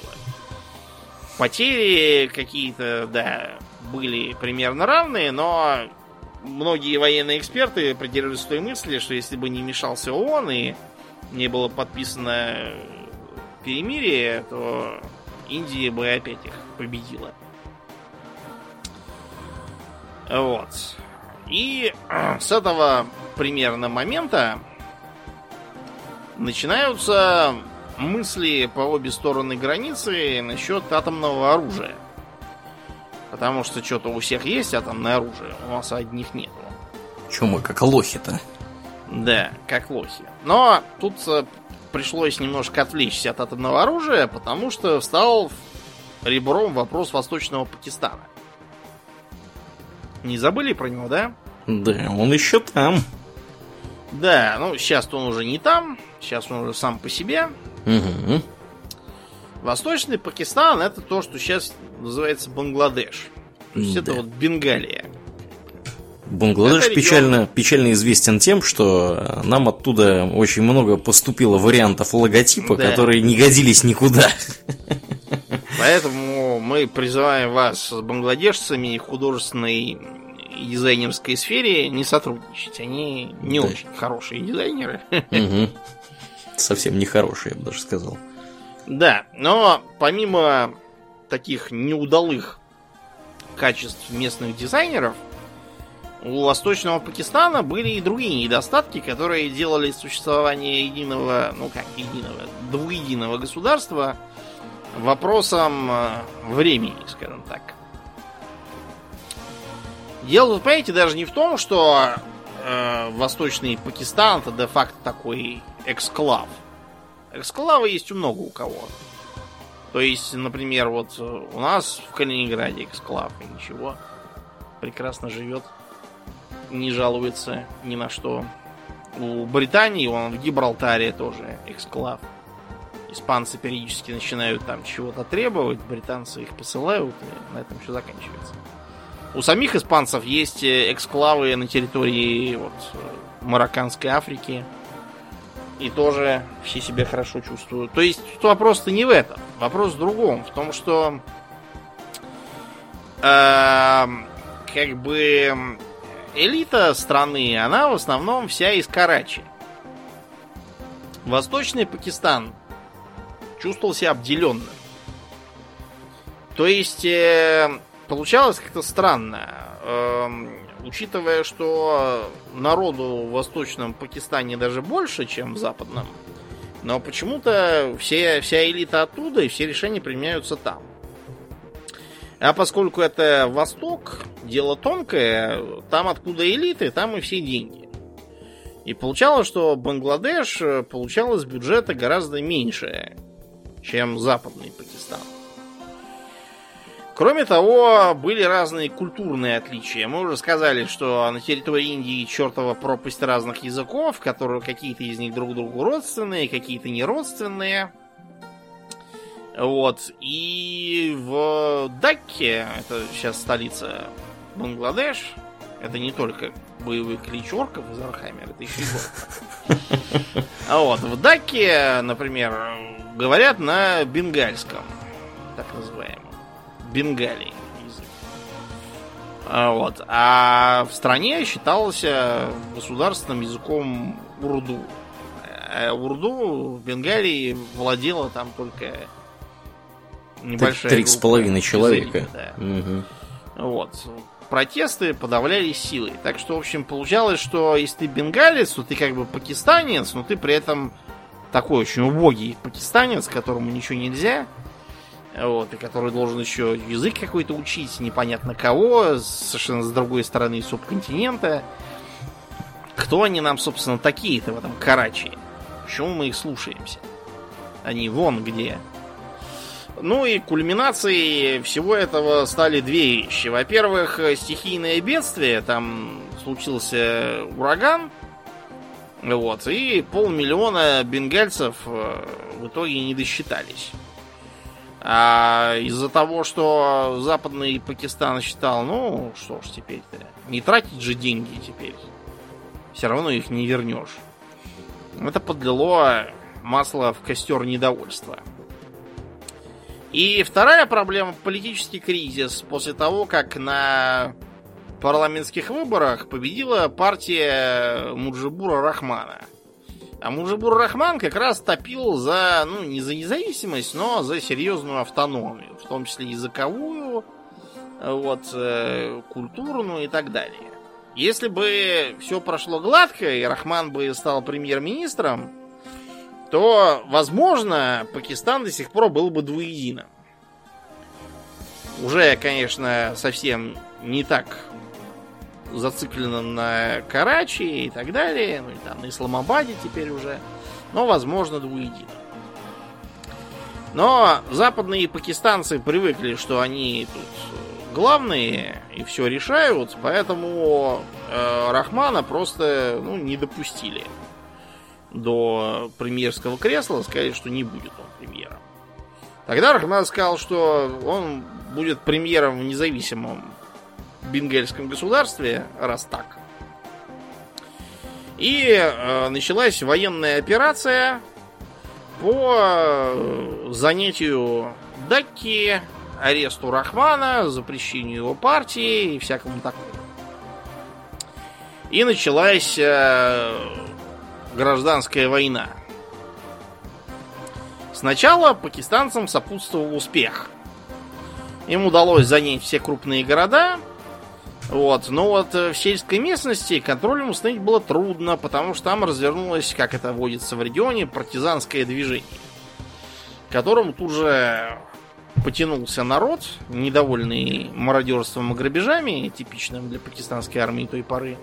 Потери какие-то, да, были примерно равные, но многие военные эксперты придерживаются той мысли, что если бы не вмешался ООН и не было подписано перемирие, то Индия бы опять их победила. Вот. И с этого примерно момента начинаются мысли по обе стороны границы насчет атомного оружия. Потому что что-то у всех есть атомное оружие, у нас одних нету. Че мы, как лохи-то? Да, как лохи. Но тут пришлось немножко отвлечься от атомного оружия, потому что встал ребром вопрос Восточного Пакистана. Не забыли про него, да? Да, он еще там. Да, ну сейчас он уже не там, сейчас он уже сам по себе. Угу. Восточный Пакистан — это то, что сейчас называется Бангладеш. То есть это вот Бенгалия. Бангладеш печально известен тем, что нам оттуда очень много поступило вариантов логотипа, которые не годились никуда. Поэтому мы призываем вас с бангладешцами в художественной и дизайнерской сфере не сотрудничать. Они не очень хорошие дизайнеры. Угу. Совсем не хорошие, я бы даже сказал. Да, но помимо таких неудалых качеств местных дизайнеров, у Восточного Пакистана были и другие недостатки, которые делали существование двуединого государства вопросом времени, скажем так. Дело, понимаете, даже не в том, что Восточный Пакистан это де-факто такой эксклав. Эксклавы есть много у кого. То есть, например, вот у нас в Калининграде эксклав, и ничего, прекрасно живет, не жалуется ни на что. У Британии, он в Гибралтаре тоже эксклав. Испанцы периодически начинают там чего-то требовать, британцы их посылают, и на этом все заканчивается. У самих испанцев есть эксклавы на территории вот, Марокканской Африки. И тоже все себя хорошо чувствуют. То есть тут вопрос-то не в этом. Вопрос в другом. В том, что как бы элита страны, она в основном вся из Карачи. Восточный Пакистан чувствовал себя обделенным. То есть получалось как-то странно. Учитывая, что народу в Восточном Пакистане даже больше, чем в Западном, но почему-то вся элита оттуда и все решения применяются там. А поскольку это Восток, дело тонкое, там откуда элиты, там и все деньги. И получалось, что Бангладеш получал из бюджета гораздо меньше, чем Западный Пакистан. Кроме того, были разные культурные отличия. Мы уже сказали, что на территории Индии чертова пропасть разных языков, которые какие-то из них друг другу родственные, какие-то не родственные. Вот. И в Дакке, это сейчас столица Бангладеш, это не только боевой клич орков из Архамера, это еще и город. А вот в Дакке, например, говорят на бенгальском, так называемом. Бенгалий язык. Вот. А в стране считался государственным языком урду. А урду в Бенгалии владела там только небольшая 3,5 человека. Языка, да. Угу. Вот. Протесты подавлялись силой. Так что, в общем, получалось, что если ты бенгалец, то ты как бы пакистанец, но ты при этом такой очень убогий пакистанец, которому ничего нельзя. Вот, и который должен еще язык какой-то учить, непонятно кого, совершенно с другой стороны субконтинента. Кто они нам, собственно, такие-то в этом Карачи? Почему мы их слушаемся? Они вон где. Ну и кульминацией всего этого стали две вещи. Во-первых, стихийное бедствие. Там случился ураган. Вот, и 500 000 бенгальцев в итоге не досчитались. А из-за того, что Западный Пакистан считал, ну, что ж теперь-то, не тратить же деньги теперь. Все равно их не вернешь. Это подлило масло в костер недовольства. И вторая проблема — политический кризис. После того, как на парламентских выборах победила партия Муджибура Рахмана. А Муджибур Рахман как раз топил за, ну, не за независимость, но за серьезную автономию, в том числе языковую, вот, культурную и так далее. Если бы все прошло гладко, и Рахман бы стал премьер-министром, то, возможно, Пакистан до сих пор был бы двуединым. Уже, конечно, совсем не так зацикленным на Карачи и так далее, ну и там на Исламабаде теперь уже, но, возможно, двуединым. Но западные пакистанцы привыкли, что они тут главные и все решают, поэтому Рахмана просто не допустили до премьерского кресла, сказали, что не будет он премьером. Тогда Рахман сказал, что он будет премьером в независимом бенгальском государстве, раз так. И началась военная операция по занятию Дакки, аресту Рахмана, запрещению его партии и всякому такому. И началась гражданская война. Сначала пакистанцам сопутствовал успех. Им удалось занять все крупные города. Но в сельской местности контролем установить было трудно, потому что там развернулось, как это водится в регионе, партизанское движение, к которому тут же потянулся народ, недовольный мародерством и грабежами, типичным для пакистанской армии той поры.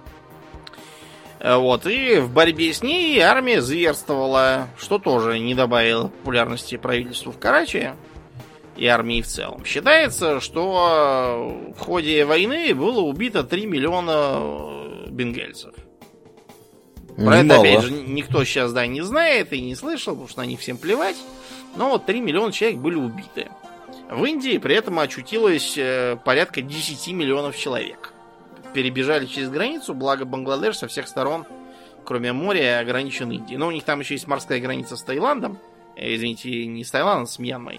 И в борьбе с ней армия зверствовала, что тоже не добавило популярности правительству в Карачи и армии в целом. Считается, что в ходе войны было убито 3 миллиона бенгальцев. Про это, опять же, никто сейчас не знает и не слышал, потому что на них всем плевать. Но 3 миллиона человек были убиты. В Индии при этом очутилось порядка 10 миллионов человек. Перебежали через границу, благо Бангладеш со всех сторон, кроме моря, ограничен Индией. Но у них там еще есть морская граница с Таиландом. Извините, не с Таиландом, а с Мьянмой.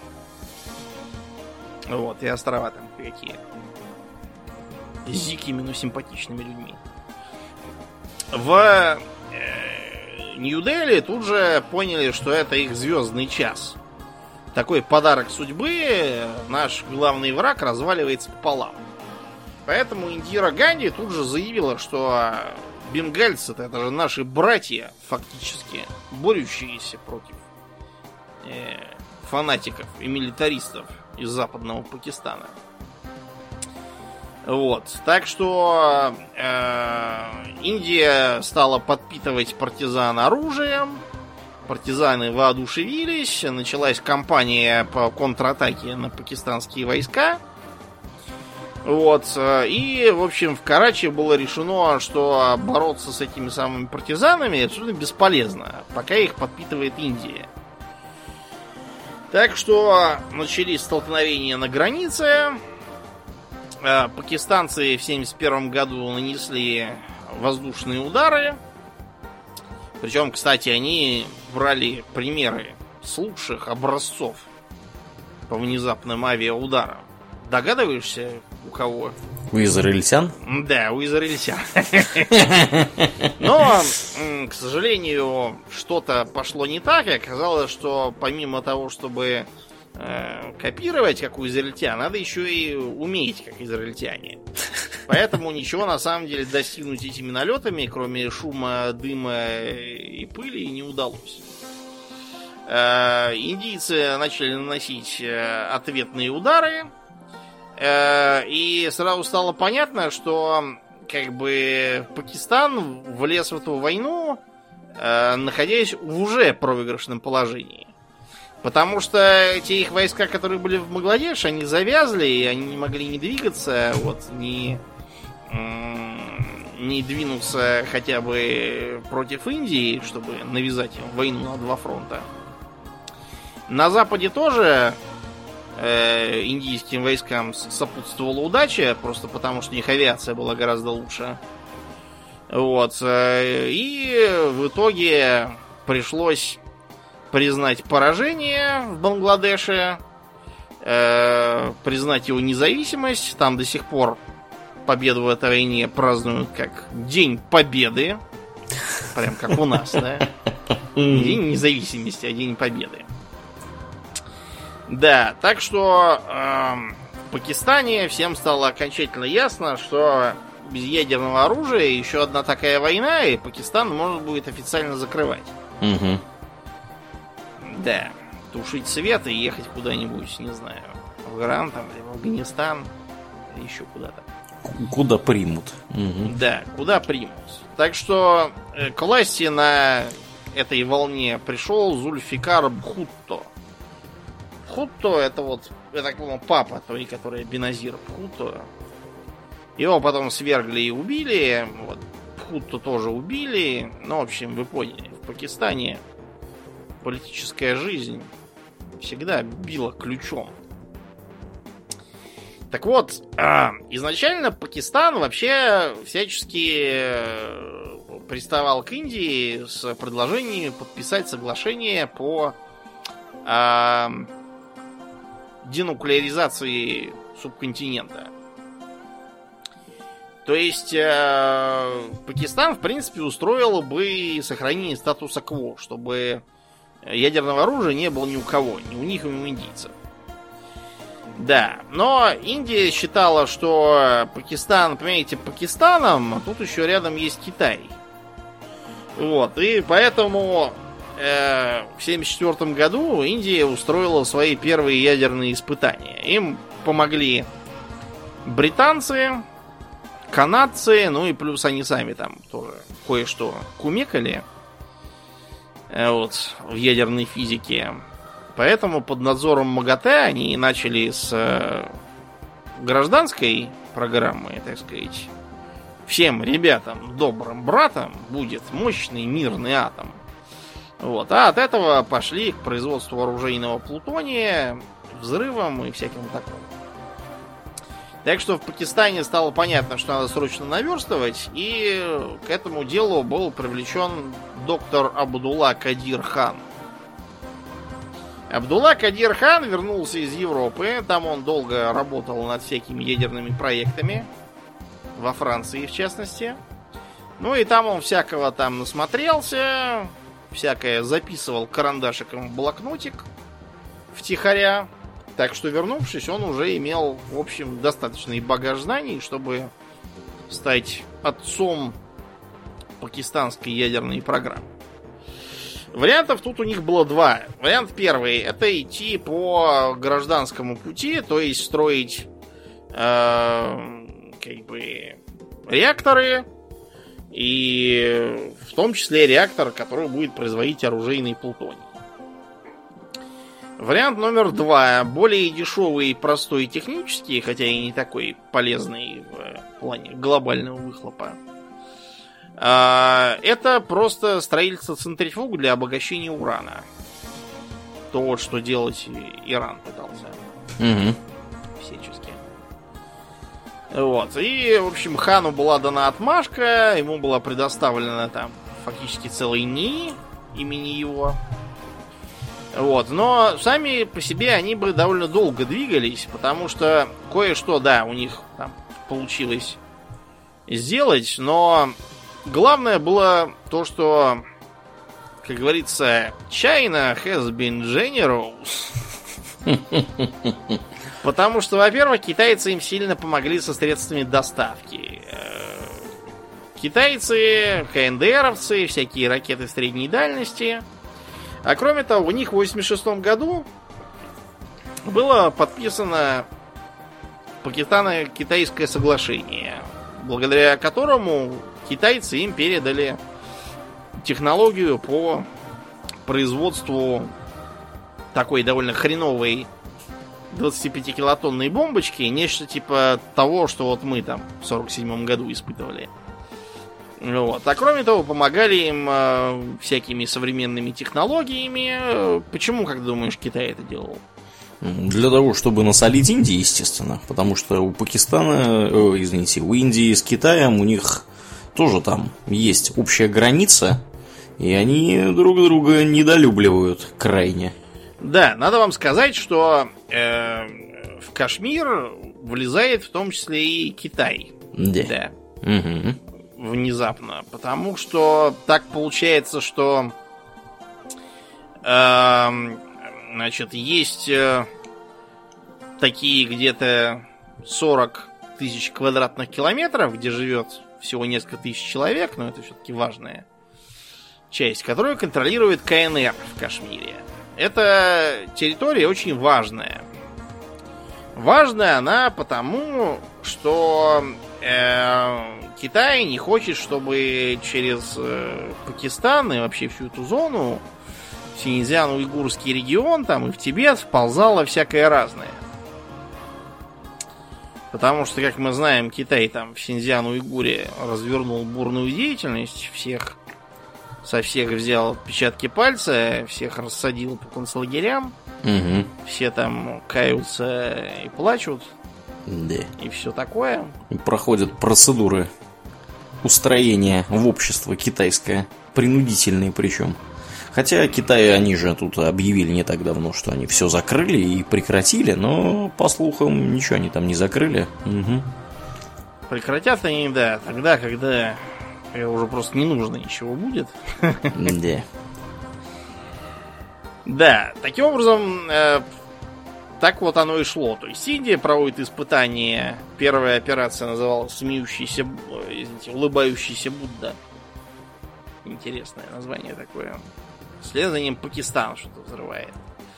И острова там какие. С дикими, но симпатичными людьми. В Нью-Дели тут же поняли, что это их звездный час. Такой подарок судьбы, наш главный враг разваливается пополам. Поэтому Индира Ганди тут же заявила, что бенгальцы-то это же наши братья, фактически, борющиеся против фанатиков и милитаристов из западного Пакистана. Так что Индия стала подпитывать партизан оружием, партизаны воодушевились, началась кампания по контратаке на пакистанские войска. И, в общем, в Карачи было решено, что бороться с этими самыми партизанами абсолютно бесполезно, пока их подпитывает Индия. Так что начались столкновения на границе. Пакистанцы в 1971 году нанесли воздушные удары. Причем, кстати, они брали примеры с лучших образцов по внезапным авиаударам. Догадываешься, у кого? У израильтян? Да, у израильтян. Но, к сожалению, что-то пошло не так, и оказалось, что помимо того, чтобы копировать, как у израильтян, надо еще и уметь, как израильтяне. Поэтому ничего на самом деле достигнуть этими налетами, кроме шума, дыма и пыли, не удалось. Индийцы начали наносить ответные удары. И сразу стало понятно, что Пакистан влез в эту войну, находясь в уже проигрышном положении. Потому что те их войска, которые были в Бангладеш, они завязли, и они не могли не двигаться, не двинуться хотя бы против Индии, чтобы навязать им войну на два фронта. На Западе тоже индийским войскам сопутствовала удача, просто потому что у них авиация была гораздо лучше. И в итоге пришлось признать поражение в Бангладеше, признать его независимость. Там до сих пор победу в этой войне празднуют как День Победы. Прям как у нас, да? Не День независимости, а День Победы. Да, так что в Пакистане всем стало окончательно ясно, что без ядерного оружия еще одна такая война, и Пакистан можно будет официально закрывать. Угу. Да, тушить свет и ехать куда-нибудь, не знаю, в Иран там, или в Афганистан, или еще куда-то. Куда примут. Угу. Да, куда примут. Так что к власти на этой волне пришел Зульфикар Бхутто. Бхутто, это вот, я так понимаю, папа той, который Беназир Бхутто. Его потом свергли и убили. Вот. Бхутто тоже убили. Ну, в общем, вы поняли, в Пакистане политическая жизнь всегда била ключом. Так вот, изначально Пакистан вообще всячески приставал к Индии с предложением подписать соглашение по денуклеаризации субконтинента. То есть Пакистан, в принципе, устроил бы сохранение статуса кво, чтобы ядерного оружия не было ни у кого, ни у них, ни у индийцев. Да, но Индия считала, что Пакистан, понимаете, Пакистаном, а тут еще рядом есть Китай. Вот, и поэтому в 1974 году Индия устроила свои первые ядерные испытания. Им помогли британцы, канадцы, ну и плюс они сами там тоже кое-что кумекали вот, в ядерной физике. Поэтому под надзором МАГАТЭ они начали с гражданской программы, так сказать. Всем ребятам, добрым братам, будет мощный мирный атом. Вот. А от этого пошли к производству оружейного плутония, взрывам и всякому такому. Так что в Пакистане стало понятно, что надо срочно наверстывать, и к этому делу был привлечен доктор Абдулла Кадир Хан. Абдулла Кадир Хан вернулся из Европы, там он долго работал над всякими ядерными проектами, во Франции в частности. Ну и там он всякого там насмотрелся, всякое записывал карандашиком в блокнотик втихаря. Так что, вернувшись, он уже имел, в общем, достаточный багаж знаний, чтобы стать отцом пакистанской ядерной программы. Вариантов тут у них было два. Вариант первый — это идти по гражданскому пути, то есть строить как бы реакторы, и в том числе реактор, который будет производить оружейный плутоний. Вариант номер два, более дешевый и простой технически, хотя и не такой полезный в плане глобального выхлопа. Это просто строительство центрифуг для обогащения урана. То, вот, что делать Иран пытался. Угу. Всячески. Вот. И, в общем, Хану была дана отмашка, ему была предоставлена там фактически целый НИИ имени его. Вот. Но сами по себе они бы довольно долго двигались, потому что кое-что, да, у них там получилось сделать, но главное было то, что, как говорится, China has been generous. Потому что, во-первых, китайцы им сильно помогли со средствами доставки. Китайцы, КНДРовцы, всякие ракеты средней дальности. А кроме того, у них в 1986 году было подписано Пакистано-китайское соглашение, благодаря которому китайцы им передали технологию по производству такой довольно хреновой 25-килотонной бомбочки, нечто типа того, что вот мы там в 1947 году испытывали. Вот. А кроме того, помогали им всякими современными технологиями. Почему, как думаешь, Китай это делал? Для того, чтобы насолить Индии, естественно. Потому что у Пакистана, у Индии с Китаем у них тоже там есть общая граница, и они друг друга недолюбливают крайне. Да, надо вам сказать, что в Кашмир влезает в том числе и Китай. Да. Угу. Внезапно. Потому что так получается, что значит, есть такие где-то 40 тысяч квадратных километров, где живет всего несколько тысяч человек, но это все-таки важная часть, которую контролирует КНР в Кашмире. Эта территория очень важная. Важная она потому, что Китай не хочет, чтобы через Пакистан и вообще всю эту зону Синьцзян-Уйгурский регион, там и в Тибет вползало всякое разное. Потому что, как мы знаем, Китай там в Синьцзян-Уйгуре развернул бурную деятельность, со всех взял отпечатки пальца, всех рассадил по концлагерям, все там каются и плачут, да. И все такое. И проходят процедуры устроения в общество китайское, принудительные причем. Хотя Китай, они же тут объявили не так давно, что они все закрыли и прекратили, но, по слухам, ничего они там не закрыли. Угу. Прекратят они, да, тогда, когда уже просто не нужно ничего будет. Да. Да, таким образом, так вот оно и шло. То есть Индия проводит испытания. Первая операция называлась улыбающийся Будда. Интересное название такое. Вслед за ним Пакистан что-то взрывает.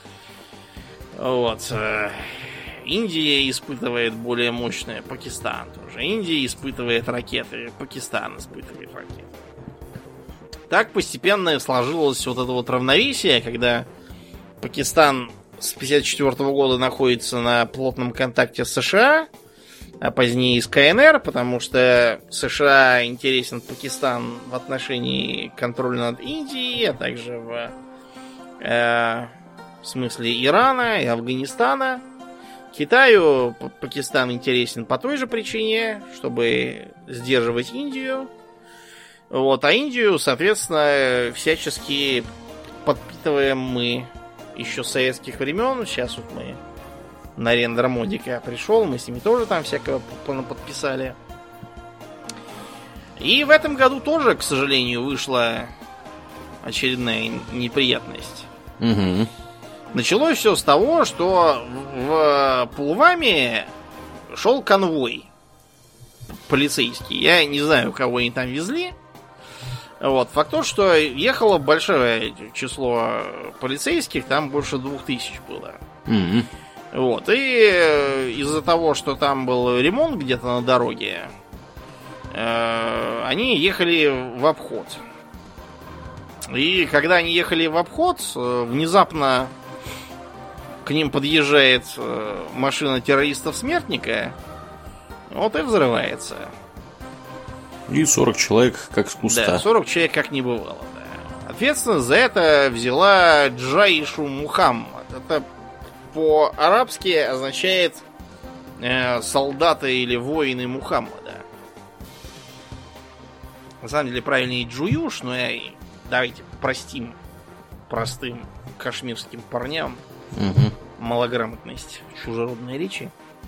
Вот. Индия испытывает более мощное, Пакистан тоже. Индия испытывает ракеты, Пакистан испытывает ракеты. Так постепенно сложилось вот это вот равновесие, когда Пакистан с 1954 года находится на плотном контакте с США, а позднее с КНР, потому что США интересен Пакистан в отношении контроля над Индией, а также в смысле Ирана и Афганистана. Китаю Пакистан интересен по той же причине, чтобы сдерживать Индию. Вот, а Индию, соответственно, всячески подпитываем мы еще с советских времен. Сейчас вот мы Нарендра Моди пришел, мы с ними тоже там всякого подписали. И в этом году тоже, к сожалению, вышла очередная неприятность. Угу. Началось все с того, что в Пулваме шел конвой полицейский. Я не знаю, кого они там везли. Вот. Факт тот, что ехало большое число полицейских, там больше 2000 было. Угу. Вот. И из-за того, что там был ремонт где-то на дороге, они ехали в обход. И когда они ехали в обход, внезапно к ним подъезжает машина террористов-смертника, вот и взрывается. И 40 человек как с куста. Да, 40 человек как не бывало, да. Ответственность за это взяла Джаишу Мухаммад. Это по-арабски означает солдаты или воины Мухаммада. На самом деле правильнее Джуюш, но давайте простим простым кашмирским парням малограмотность чужеродной речи.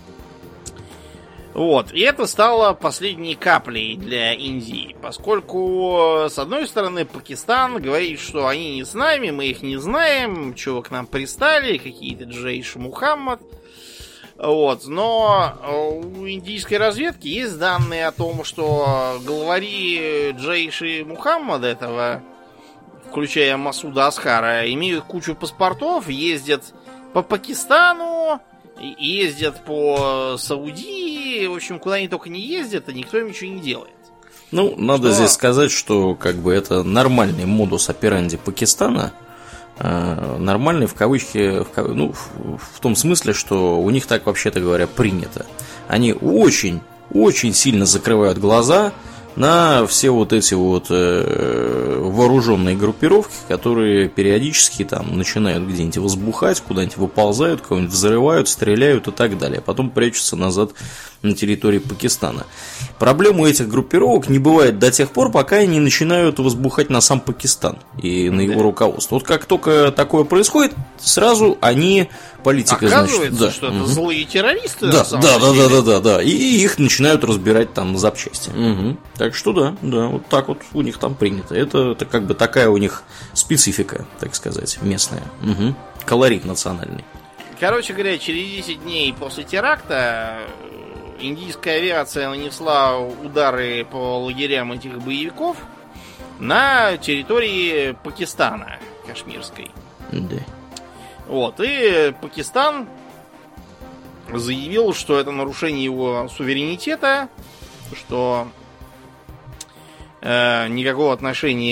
Вот. И это стало последней каплей для Индии, поскольку, с одной стороны, Пакистан говорит, что они не с нами, мы их не знаем, чего к нам пристали, какие-то Джейш Мухаммад. Вот. Но у индийской разведки есть данные о том, что главари Джейши Мухаммада этого, включая Масуда Асхара, имеют кучу паспортов, ездят по Пакистану, ездят по Саудии, в общем, куда они только не ездят, и никто им ничего не делает. Ну, надо здесь сказать, что как бы это нормальный модус операнди Пакистана. Нормальный в кавычки, ну, в том смысле, что у них так, вообще-то говоря, принято. Они очень сильно закрывают глаза на все вот эти вот вооруженные группировки, которые периодически там начинают где-нибудь возбухать, куда-нибудь выползают, кого-нибудь взрывают, стреляют и так далее, а потом прячутся назад на территории Пакистана. Проблем у этих группировок не бывает до тех пор, пока они не начинают возбухать на сам Пакистан и на его руководство. Вот как только такое происходит, сразу они политика, оказывается, значит, что это злые террористы. Да, и их начинают разбирать там на запчасти. Угу. Так что да, вот так вот у них там принято. Это как бы такая у них специфика, так сказать, местная. Угу. Колорит национальный. Короче говоря, через 10 дней после теракта индийская авиация нанесла удары по лагерям этих боевиков на территории Пакистана, кашмирской. Да. Вот, и Пакистан заявил, что это нарушение его суверенитета, что никакого отношения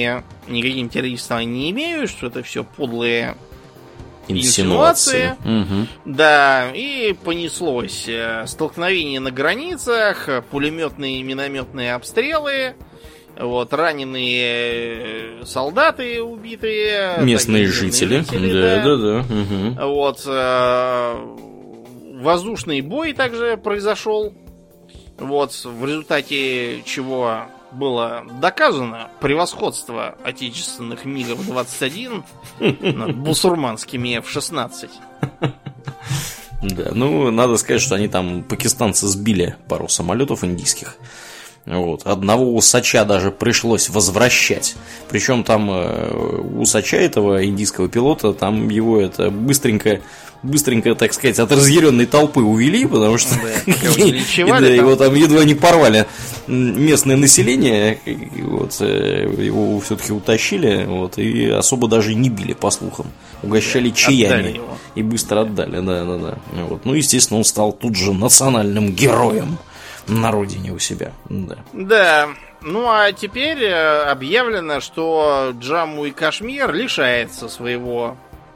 никаким террористом они не имеют, что это все подлые инсинуации. Да, и понеслось. Столкновения на границах, пулеметные и минометные обстрелы, вот, раненые солдаты убитые. Местные жители. Да. Вот, воздушный бой также произошел. Вот, в результате чего было доказано превосходство отечественных МиГов-21 над бусурманскими F-16. Да, ну, надо сказать, что они там, пакистанцы, сбили пару самолетов индийских. Вот. Одного усача даже пришлось возвращать. Причем там усача этого индийского пилота, там его это быстренько, так сказать, от разъяренной толпы увели, потому что его там едва не порвали местное население. Вот, его все-таки утащили, вот, и особо даже не били, по слухам. Угощали чаями и быстро отдали. Да. Вот. Ну, естественно, он стал тут же национальным героем на родине у себя. Да. Ну а теперь объявлено, что Джамму и Кашмир лишается своего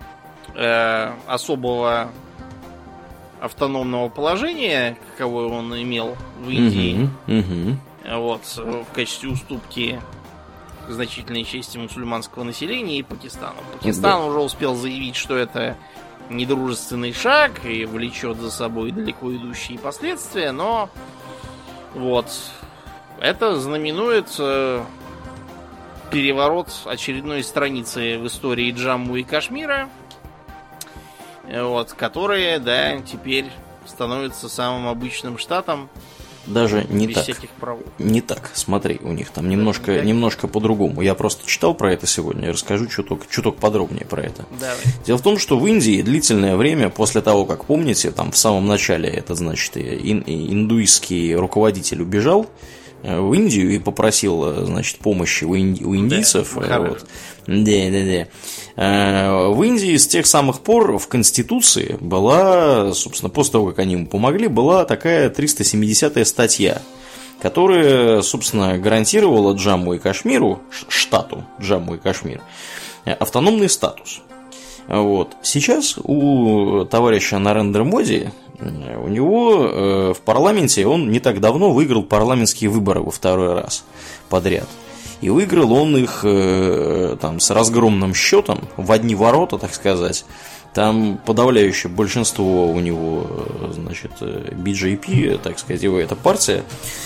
особого автономного положения, каковое он имел в Индии. Вот, в качестве уступки значительной части мусульманского населения и Пакистану. Пакистан уже успел заявить, что это недружественный шаг и влечет за собой далеко идущие последствия, но вот это знаменует переворот очередной страницы в истории Джамму и Кашмира, вот, которые, да, теперь становятся самым обычным штатом. Даже не без так. Всяких правов. Не так, смотри, у них там немножко по-другому. Я просто читал про это сегодня, я расскажу чуток подробнее про это. Давай. Дело в том, что в Индии длительное время, после того, как, помните, там в самом начале, это значит, индуистский руководитель убежал в Индию и попросил, значит, помощи у индийцев. Да, вот. Да. В Индии с тех самых пор в Конституции была, собственно, после того, как они ему помогли, была такая 370-я статья, которая, собственно, гарантировала Джамму и Кашмиру, штату Джамму и Кашмир, автономный статус. Вот. Сейчас у товарища Нарендра Моди, у него в парламенте, он не так давно выиграл парламентские выборы во второй раз подряд. И выиграл он их там с разгромным счетом в одни ворота, так сказать. Там подавляющее большинство у него, значит, BJP, так сказать, его эта партия,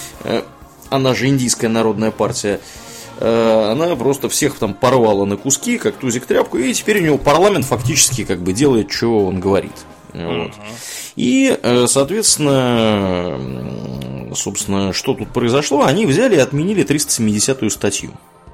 она же Индийская народная партия, она просто всех там порвала на куски, как тузик тряпку, и теперь у него парламент фактически как бы делает, что он говорит. Вот. И, соответственно, собственно, что тут произошло? Они взяли и отменили 370-ю статью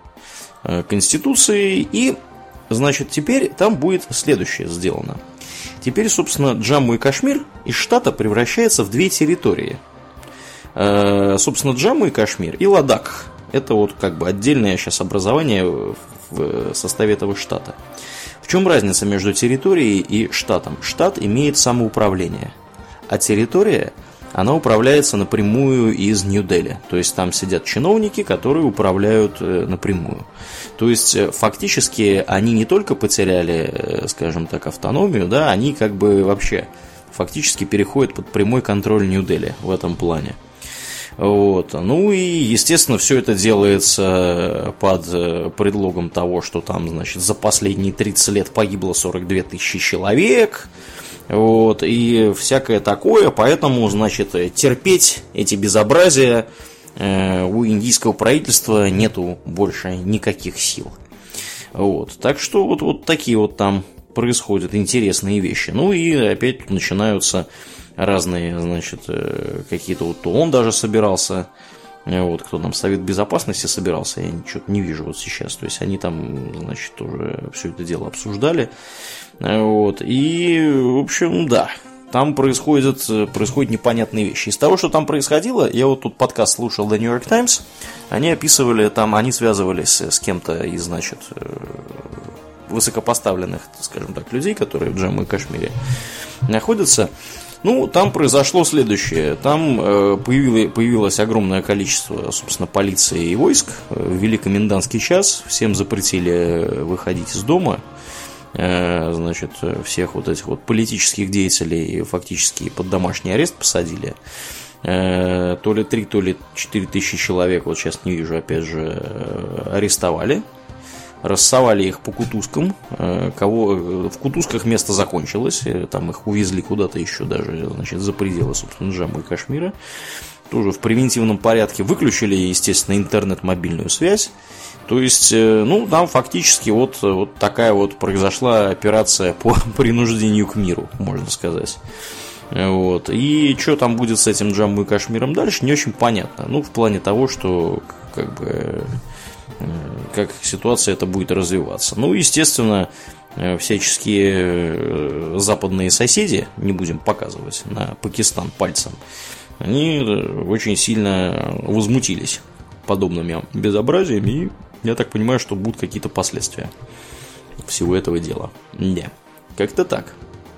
Конституции, и, значит, теперь там будет следующее сделано. Теперь, собственно, Джамму и Кашмир из штата превращается в две территории. Собственно, Джамму и Кашмир и Ладакх. Это вот как бы отдельное сейчас образование в составе этого штата. В чем разница между территорией и штатом? Штат имеет самоуправление, а территория, она управляется напрямую из Нью-Дели. То есть там сидят чиновники, которые управляют напрямую. То есть фактически они не только потеряли, скажем так, автономию, да, они как бы вообще фактически переходят под прямой контроль Нью-Дели в этом плане. Вот. Ну и, естественно, все это делается под предлогом того, что там, значит, за последние 30 лет погибло 42 тысячи человек, вот, и всякое такое, поэтому, значит, терпеть эти безобразия у индийского правительства нету больше никаких сил. Вот. Так что вот такие вот там происходят интересные вещи. Ну и опять тут начинаются разные, значит, какие-то вот, то он даже собирался, вот, кто там, Совет Безопасности собирался, я что-то не вижу вот сейчас, то есть они там, значит, тоже все это дело обсуждали, вот, и, в общем, да, там происходят непонятные вещи. Из того, что там происходило, я вот тут подкаст слушал The New York Times, они описывали, там, они связывались с кем-то из, значит, высокопоставленных, скажем так, людей, которые в Джамму и Кашмире находятся. Ну, там произошло следующее. Там появилось огромное количество, собственно, полиции и войск. Ввели комендантский час, всем запретили выходить из дома. Значит, всех вот этих вот политических деятелей фактически под домашний арест посадили. То ли 3, то ли 4 тысячи человек, вот сейчас не вижу, опять же, арестовали. Рассовали их по кутузкам. В кутузках место закончилось. Там их увезли куда-то еще даже, значит, за пределы, собственно, Джамму и Кашмира. Тоже в превентивном порядке. Выключили, естественно, интернет, мобильную связь. То есть, ну, там фактически вот такая вот произошла операция по принуждению к миру, можно сказать. Вот. И что там будет с этим Джамму и Кашмиром дальше, не очень понятно. Ну, в плане того, что как ситуация это будет развиваться. Ну, естественно, всяческие западные соседи, не будем показывать на Пакистан пальцем, они очень сильно возмутились подобными безобразиями, и я так понимаю, что будут какие-то последствия всего этого дела. Да, как-то так.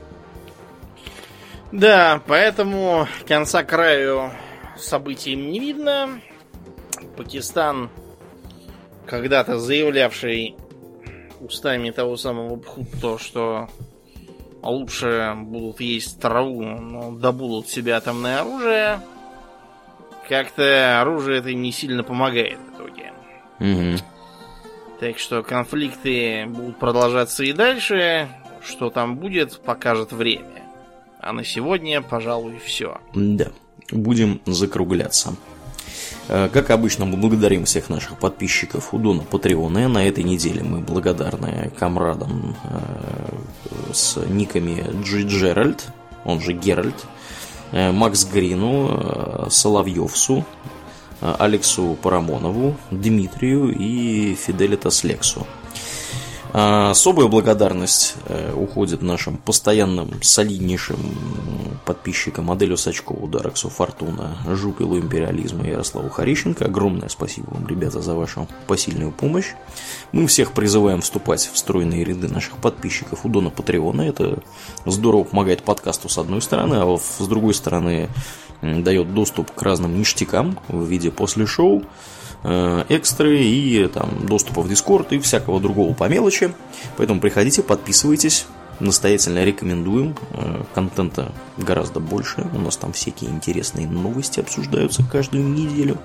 Да, поэтому конца краю событиям не видно. Пакистан, когда-то заявлявший устами того самого Бхутто, что лучше будут есть траву, но добудут себе атомное оружие, как-то оружие это не сильно помогает в итоге. Угу. Так что конфликты будут продолжаться и дальше. Что там будет, покажет время. А на сегодня, пожалуй, все. Да, будем закругляться. Как обычно, мы благодарим всех наших подписчиков у Дона Патреона. На этой неделе мы благодарны комрадам с никами Джи Джеральд, он же Геральт, Макс Грину, Соловьевсу, Алексу Парамонову, Дмитрию и Фиделитас Лексу. Особая благодарность уходит нашим постоянным солиднейшим подписчикам Аделю Сачкову, Дараксу Фортуна, Жупилу Империализма и Ярославу Харищенко. Огромное спасибо вам, ребята, за вашу посильную помощь. Мы всех призываем вступать в стройные ряды наших подписчиков у Дона Патреона. Это здорово помогает подкасту с одной стороны, а с другой стороны дает доступ к разным ништякам в виде после шоу, экстры и там доступа в Дискорд и всякого другого по мелочи. Поэтому приходите, подписывайтесь. Настоятельно рекомендуем. Контента гораздо больше. У нас там всякие интересные новости обсуждаются каждую неделю.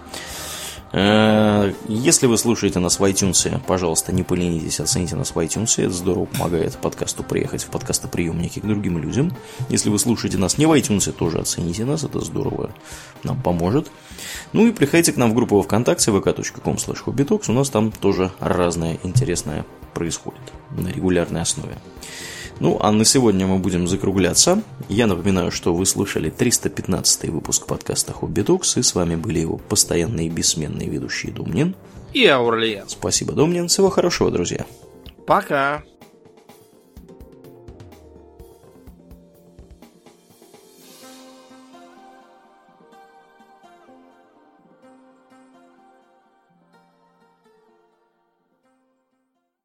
Если вы слушаете нас в iTunes, пожалуйста, не поленитесь, оцените нас в iTunes. Это здорово помогает подкасту приехать в подкастоприемники к другим людям. Если вы слушаете нас не в iTunes, тоже оцените нас. Это здорово нам поможет. Ну и приходите к нам в группу во ВКонтакте vk.com/hobbytalks. У нас там тоже разное интересное происходит на регулярной основе. Ну, а на сегодня мы будем закругляться. Я напоминаю, что вы слушали 315-й выпуск подкаста Hobby Talks, и с вами были его постоянные и бессменные ведущие Домнин и Аурлиен. Спасибо, Домнин. Всего хорошего, друзья. Пока.